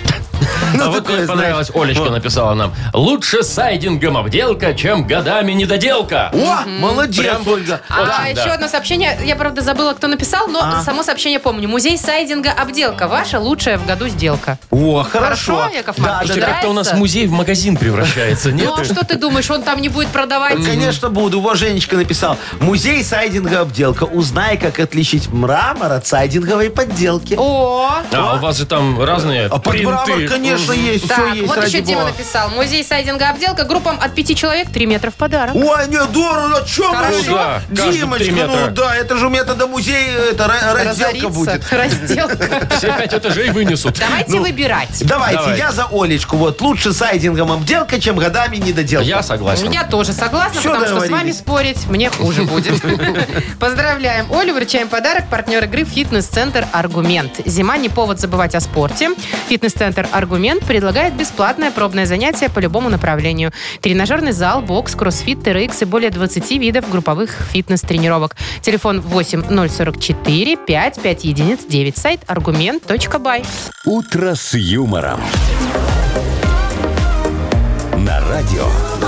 А вот мне понравилось, Олечка написала нам: лучше сайдингом обделка, чем годами недоделка. О, молодец, Прям Ольга. А еще одно сообщение. Я, правда, забыла, кто написал, но само сообщение помню. Музей сайдинга «Обделка». Ваша лучшая в году сделка. О, хорошо. Хорошо, Яков Маркович? Слушайте, как-то у нас Нравится? музей в магазин превращается, нет? Ну, а что ты думаешь, он там не будет продавать? Конечно, буду. Вот Женечка написал. Музей сайдинга обделка. Узнай, как отличить мрамор от сайдинговой подделки. О! А у вас же там разные А под мрамор, принты. конечно, есть. Все Так, есть, вот ради еще Дима бога. написал. Музей сайдинга «Обделка». Группам от 5 человек 3 метра в подарок. Ой, не, дорого, о чем Хорошо. вы? Да, каждый 3 Димочка, метра. ну да, это же у меня тогда музей, это разделка будет. Разделка. Все 5 этажей вынесут. Давайте выбирать. Давайте, Давай. я за Олечку. Вот, лучше сайдингом обделка, чем годами недоделка. Я согласен. Я тоже согласна, Всё потому что с вами договорились. спорить мне хуже будет. Поздравляем Олю, вручаем подарок. Партнер игры «Фитнес-центр Аргумент». Зима не повод забывать о спорте. «Фитнес-центр Аргумент» предлагает бесплатное пробное занятие по любому направлению. Тренажерный зал, бокс, кроссфит, TRX и более 20 видов групповых фитнес-тренировок. Телефон 8044 55 единиц 9. Сайт argument.by. «Утро с юмором». На радио.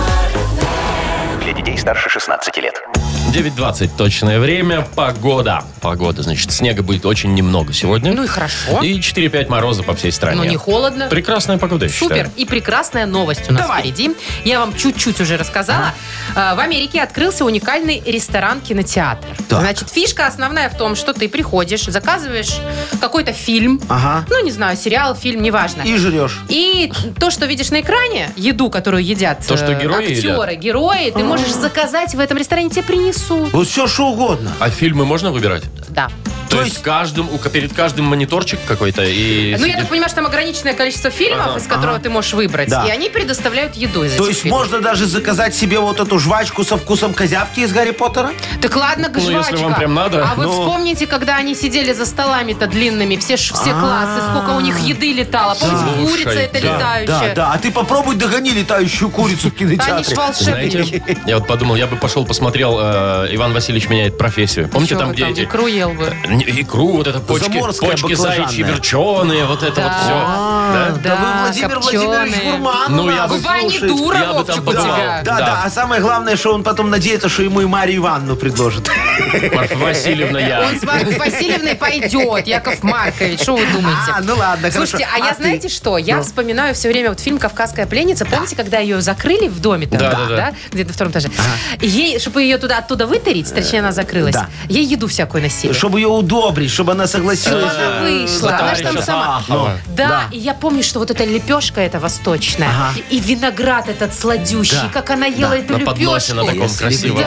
Для детей старше 16 лет. 9:20 точное время. Погода. Погода, значит, снега будет очень немного сегодня. Ну и хорошо. И 4-5 мороза по всей стране. Но не холодно. Прекрасная погода, я Супер. считаю. И прекрасная новость у нас Давай. впереди. Я вам чуть-чуть уже рассказала. В Америке открылся уникальный ресторан-кинотеатр. Так. Значит, фишка основная в том, что ты приходишь, заказываешь какой-то фильм, Ага. ну, не знаю, сериал, фильм, неважно. И жрешь. И то, что видишь на экране, еду, которую едят То, что герои актеры, герои, ты можешь заказать в этом ресторане, тебе принесут. Вот все, что угодно. А фильмы можно выбирать? Да. То есть перед каждым мониторчик какой-то и... Ну, я так понимаю, что там ограниченное количество фильмов, из которого ты можешь выбрать. Да. И они предоставляют еду из То этих есть фильмов. можно даже заказать себе вот эту жвачку со вкусом козявки из Гарри Поттера? Так ладно, Ну, если жвачка. вам прям надо. А вы Ну. вспомните, когда они сидели за столами-то длинными, все классы, сколько у них еды летало. Помните, Слушай, курица эта да, летающая? Да. А ты попробуй догони летающую курицу в Да они ж кинотеатре. волшебники. Знаете, я вот подумал, я бы пошел посмотрел «Иван Васильевич меняет профессию». Помните, Чё там вы где эти... икру ел бы. Икру, вот это Заморская, почки заячьи, баклажанная. верченые, вот это вот все. Да Да, вы, Владимир Владимирович, копченые. гурман Ну, у я нас, бы- Губа не слушай. дура, я бы там Вовчик, у побывал. тебя. Да, да, а самое главное, что он потом надеется, что ему и Марию Ивановну предложат. Марфа Васильевна, я. Он с Марфой Васильевной пойдет, Яков Маркович, что вы думаете? А, ну ладно, хорошо. Слушайте, а я ты? знаете что? Я вспоминаю все время вот фильм «Кавказская пленница». Помните, когда ее закрыли в доме? там, Да. Где-то на втором этаже. Ей, чтобы ее оттуда вытырить, точнее, она закрылась, Да. ей еду всякую носили. Чтобы ее удобрить, чтобы она Чтобы согласилась. она вышла. Она ж там Товарища сама... Сахова. Да, и я помню, что вот эта лепешка эта восточная, Ага. и виноград этот сладющий, Да. как она ела эту На подносе на лепешку. таком красивом.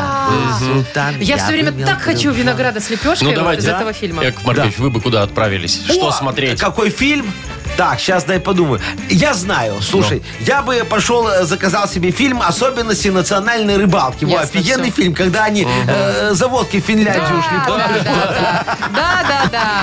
Да. Я все время так хочу винограда с лепешкой Ну вот давайте, из этого фильма. Яков Маркович, вы бы куда отправились? Что О, смотреть? Какой фильм? Так, сейчас дай подумаю. Я знаю, слушай, я бы пошел, заказал себе фильм «Особенности национальной рыбалки». Во, Ясно, офигенный всё. фильм, когда они за водки в Финляндию ушли. помнишь? Да.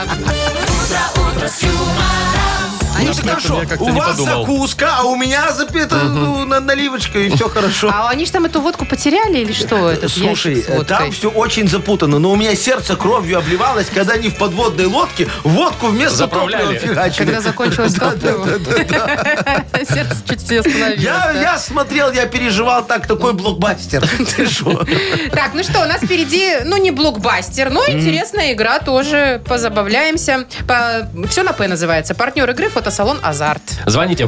Они Ну, же об этом хорошо. я как-то У не вас подумал. закуска, а у меня запита наливочка, и все хорошо. А они же там эту водку потеряли или что? Этот Слушай, ящик с водкой? там все очень запутанно, но у меня сердце кровью обливалось, когда они в подводной лодке водку вместо Заправляли. топлива фигачили. Когда закончилось топливо. Сердце чуть не остановилось. да? Я смотрел, я переживал так, такой блокбастер. Ты шо? Так, ну что, у нас впереди, ну, не блокбастер, но интересная игра тоже. Позабавляемся. Все на П называется. Партнер игры — фотосалон «Азарт». Звоните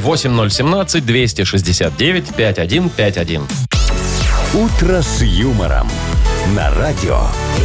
8017-269-5151. «Утро с юмором». На радио.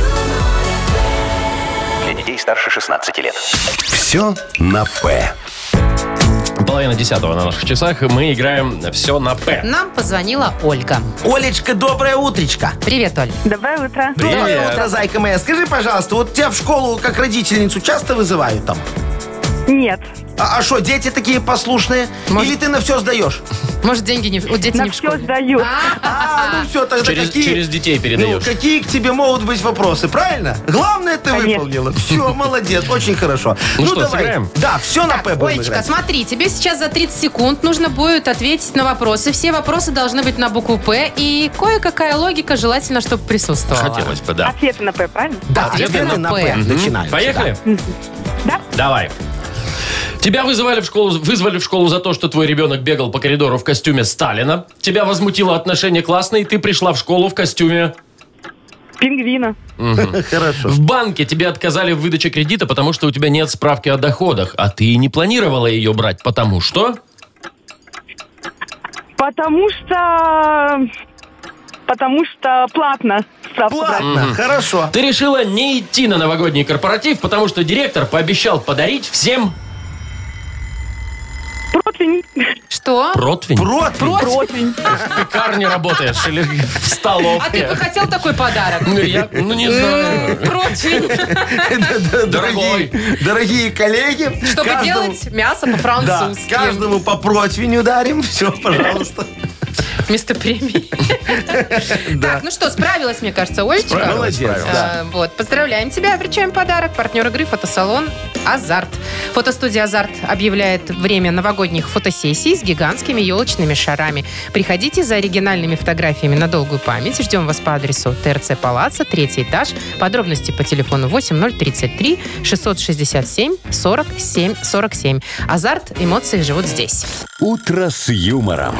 Для детей старше 16 лет. Все на «П». 9:30 на наших часах. Мы играем «Все на П». Нам позвонила Ольга. Олечка, доброе утречко. Привет, Оль. Доброе утро. Доброе Привет. утро, зайка моя. Скажи, пожалуйста, вот тебя в школу как родительницу часто вызывают там? Нет, А что, дети такие послушные? Может- Или ты на все сдаешь? Может, деньги дети на не в все школе? сдаю. Ну все, тогда какие... Через детей передаешь. Ну, какие к тебе могут быть вопросы, правильно? Главное, ты Конечно. выполнила. Все, молодец, очень хорошо. Ну что, давай. сыграем? Да, все на П будем Олечка, играть. смотри, тебе сейчас за 30 секунд нужно будет ответить на вопросы. Все вопросы должны быть на букву «П», и кое-какая логика желательно, чтобы присутствовала. Хотелось бы, да. Ответы на П, правильно? Да, ответы ответы на на П. П. Начинаем. Поехали? Да. Давай. Тебя вызвали в школу за то, что твой ребенок бегал по коридору в костюме Сталина. Тебя возмутило отношение классное, и ты пришла в школу в костюме... Пингвина. Хорошо. В банке тебе отказали в выдаче кредита, потому что у тебя нет справки о доходах, а ты не планировала ее брать, потому что... Потому что платно. Справку брать. Ладно, хорошо. Ты решила не идти на новогодний корпоратив, потому что директор пообещал подарить всем Противень. Что? противень. Противень. В пекарне работаешь или в А ты столовке? бы хотел такой подарок? Ну, не знаю. Противень. Дорогой. Дорогие коллеги. Чтобы каждому- делать мясо Да, по-французски. каждому по противню дарим. Все, пожалуйста. Вместо премии. Так, ну что, справилась, мне кажется, Олечка. Молодец. Да. Вот, поздравляем тебя, вручаем подарок. Партнер игры фотосалон «Азарт». Фотостудия «Азарт» объявляет время новогодних фотосессий с гигантскими елочными шарами. Приходите за оригинальными фотографиями на долгую память. Ждем вас по адресу ТРЦ Палаццо, 3-й этаж. Подробности по телефону 8033 667 47 47. «Азарт». Эмоции живут здесь. «Утро с юмором».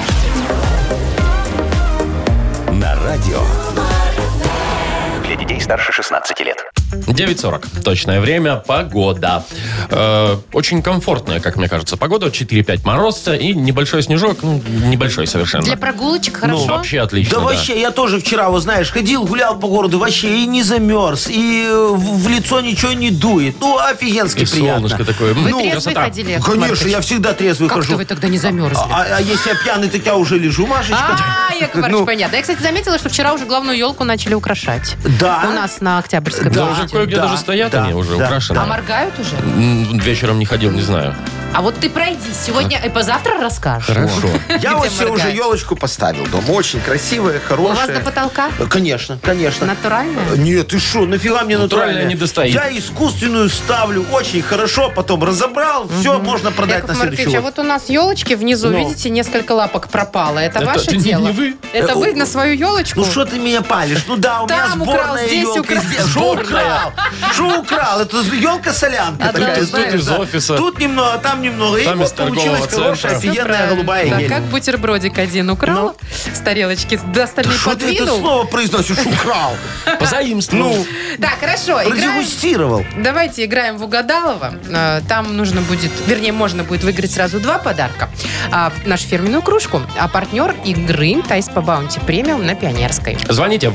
На радио. Для детей старше 16 лет. 9:40. Точное время. Погода. Очень комфортная, как мне кажется, погода. 4-5 морозца и небольшой снежок. Ну, небольшой совершенно. Для прогулочек хорошо? Вообще отлично, Да вообще, я тоже вчера, вот знаешь, ходил, гулял по городу, вообще и не замерз, и в лицо ничего не дует. Ну, офигенски И приятно. солнышко такое. Вы Ну, трезвый красота. ходили, Яков Конечно, Маркович? я всегда трезвый Как-то хожу. вы тогда не замерзли. А если я пьяный, так я уже лежу, Машечка. Яков Маркович, понятно. Я, кстати, заметила, что вчера уже главную елку начали украшать. Да. У нас на Октябрьской Да, площади. уже кое-где Да, даже стоят да, они уже да. украшены. А моргают уже? Вечером не ходил, не знаю. А вот ты пройди сегодня и позавтра расскажешь. Хорошо. Я Где вот себе уже моргает? елочку поставил дома. Очень красивая, У хорошая. вас до потолка? Конечно, конечно. Натуральная? Нет, ты что, нафига мне Натуральная натуральная? не достоит. Я искусственную ставлю, очень хорошо, потом разобрал, все, можно продать Яков на следующий Маркович, а год. вот у нас елочки внизу, Ну. видите, несколько лапок пропало. Это Это ваше не дело? вы? Это вы на свою елочку? Ну что ты меня палишь? Ну да, у меня Там украл, сборная здесь елка. украл. Что украл? Что украл? Это елка-солянка. А такая, то, знаешь, тут из да. офиса. Тут немного, там немного. И Там вот из торгового получилась хорошая, центра. Всё офигенная правильно. голубая Да, гель. как бутербродик один украл с тарелочки, до остальных Что ты это подвинул. слово произносишь? Украл. Позаимствовал. Ну, Так, хорошо, играем. продегустировал. Давайте играем в Угадалово. Там нужно будет, вернее, можно будет выиграть сразу 2 подарка. Нашу фирменную кружку. А партнер игры Тайс по Баунти Премиум на Пионерской. Звоните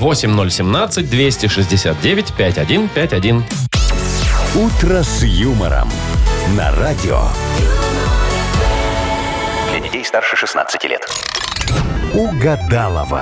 8017-269-5151. «Утро с юмором». На радио. Для детей старше 16 лет. Угадалова.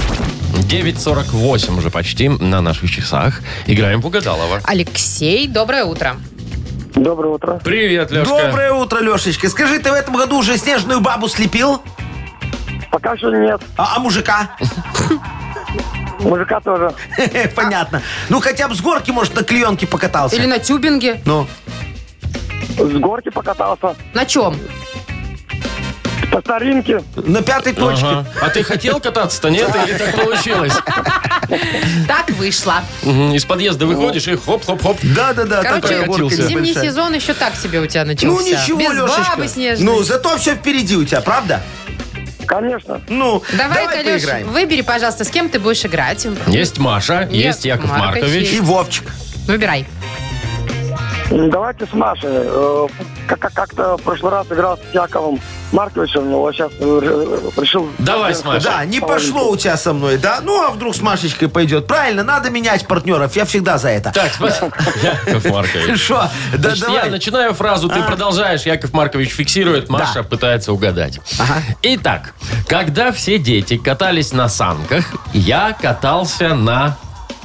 9:48 уже почти на наших часах. Играем в Угадалово. Алексей, доброе утро. Доброе утро. Привет, Лешка. Доброе утро, Лешечка. Скажи, ты в этом году уже снежную бабу слепил? Пока что нет. А мужика? Мужика тоже. Понятно. Ну, хотя бы с горки, может, на клеенке покатался. Или на тюбинге. Ну, С горки покатался. На чем? По старинке. на 5-й точке. Ага. А ты хотел кататься-то, нет? Или так получилось? Так вышло. Мгм. Из подъезда выходишь и хоп-хоп-хоп. Да-да-да, Короче, такая горка катился. Зимний небольшая. сезон еще так себе у тебя начался. Ну, ничего, Без Лешечка. бабы снежной. Ну, зато все впереди у тебя, правда? Конечно. Ну, Давай-ка, давай Леш, поиграем. выбери, пожалуйста, с кем ты будешь играть. Есть Маша, есть Яков Яков Маркович. Маркович. И Вовчик. Выбирай. Давайте с Машей. Как-то в прошлый раз играл с Яковом Марковичем, но сейчас решил... Давай с Машей. Да, не пошло у тебя со мной, да? Ну, а вдруг с Машечкой пойдет? Правильно, надо менять партнеров. Я всегда за это. Так, спасибо. Яков Маркович. Что? Да, Значит, я давай. начинаю фразу, ты продолжаешь, Яков Маркович фиксирует, Маша пытается угадать. Ага. Итак, когда все дети катались на санках, я катался на...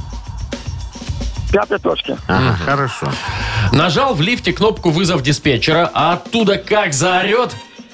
5-й точке. Ага, хорошо. Нажал в лифте кнопку «Вызов диспетчера», а оттуда как заорет,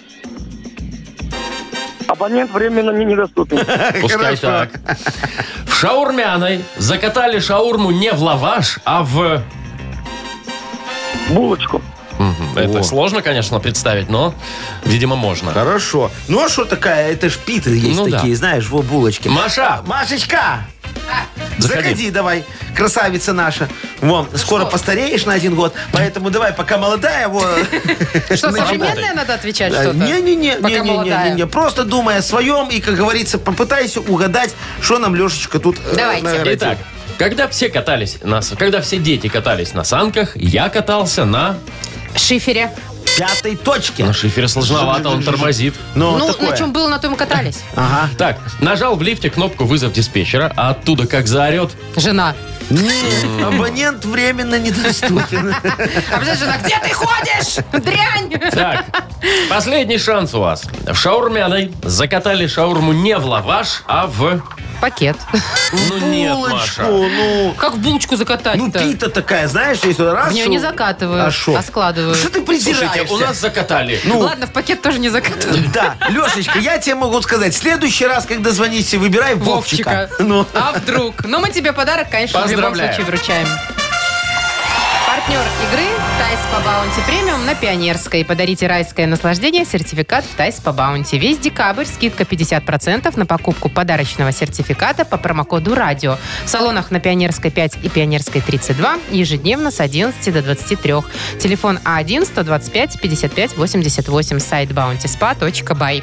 Абонент временно недоступен. пускай так. В шаурмяной закатали шаурму не в лаваш, а в... Булочку. Это О. сложно, конечно, представить, но, видимо, можно. Хорошо. Ну, а что такая? Это ж питы есть Ну да. такие, знаешь, во булочки. Маша! Машечка! Заходи давай. красавица наша. Вон, скоро постареешь на 1 год, поэтому давай, пока молодая, Что, современное надо отвечать что-то? Пока молодая. Не-не-не, просто думай о своем и, как говорится, попытайся угадать, что нам Лешечка тут... Давайте. Итак, когда все дети катались на санках, я катался на... Шифере. 5 точке. На шифере сложновато, он тормозит. Ну, Ну, такое. на чем было, на том и катались. Ага. Так, нажал в лифте кнопку «Вызов диспетчера», а оттуда как заорет. Жена. Не, абонент временно недоступен. А подожди, жена, где ты ходишь? Дрянь! Так, последний шанс у вас. В шаурмяной закатали шаурму не в лаваш, а в... Пакет. Ну нет, Булочку, Маша. ну... Как булочку закатать-то? Ну, пита такая, знаешь, если раз... В нее шо- не закатывают, А шо? а складывают. Что ты Слушайте, презираешься? у нас закатали. Ладно, в пакет тоже не закатывают. Да, Лешечка, я тебе могу сказать, в следующий раз, когда звоните, выбирай Вовчика. Ну. А вдруг? Ну, мы тебе подарок, конечно, в любом Поздравляю. случае вручаем. Партнер игры «Тайс по Баунти Премиум» на Пионерской. Подарите райское наслаждение, сертификат в «Тайс по Баунти». Весь декабрь скидка 50% на покупку подарочного сертификата по промокоду «Радио». В салонах на Пионерской 5 и Пионерской 32 ежедневно с 11 до 23. Телефон А1-125-55-88, сайт bountyspa.by.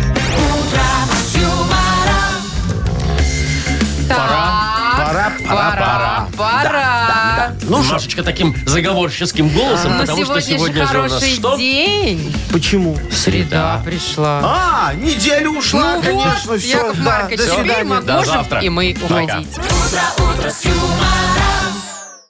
Пора. Ну что, Машечка таким заговорческим голосом, Но потому что сегодня сегодня же же у нас хороший что? день. почему? Среда пришла. А, неделя ушла, Ну конечно, вот, все. Яков Маркович, до теперь свидания. мы До можем завтра. и мы Пока. уходить. Утро с юмором.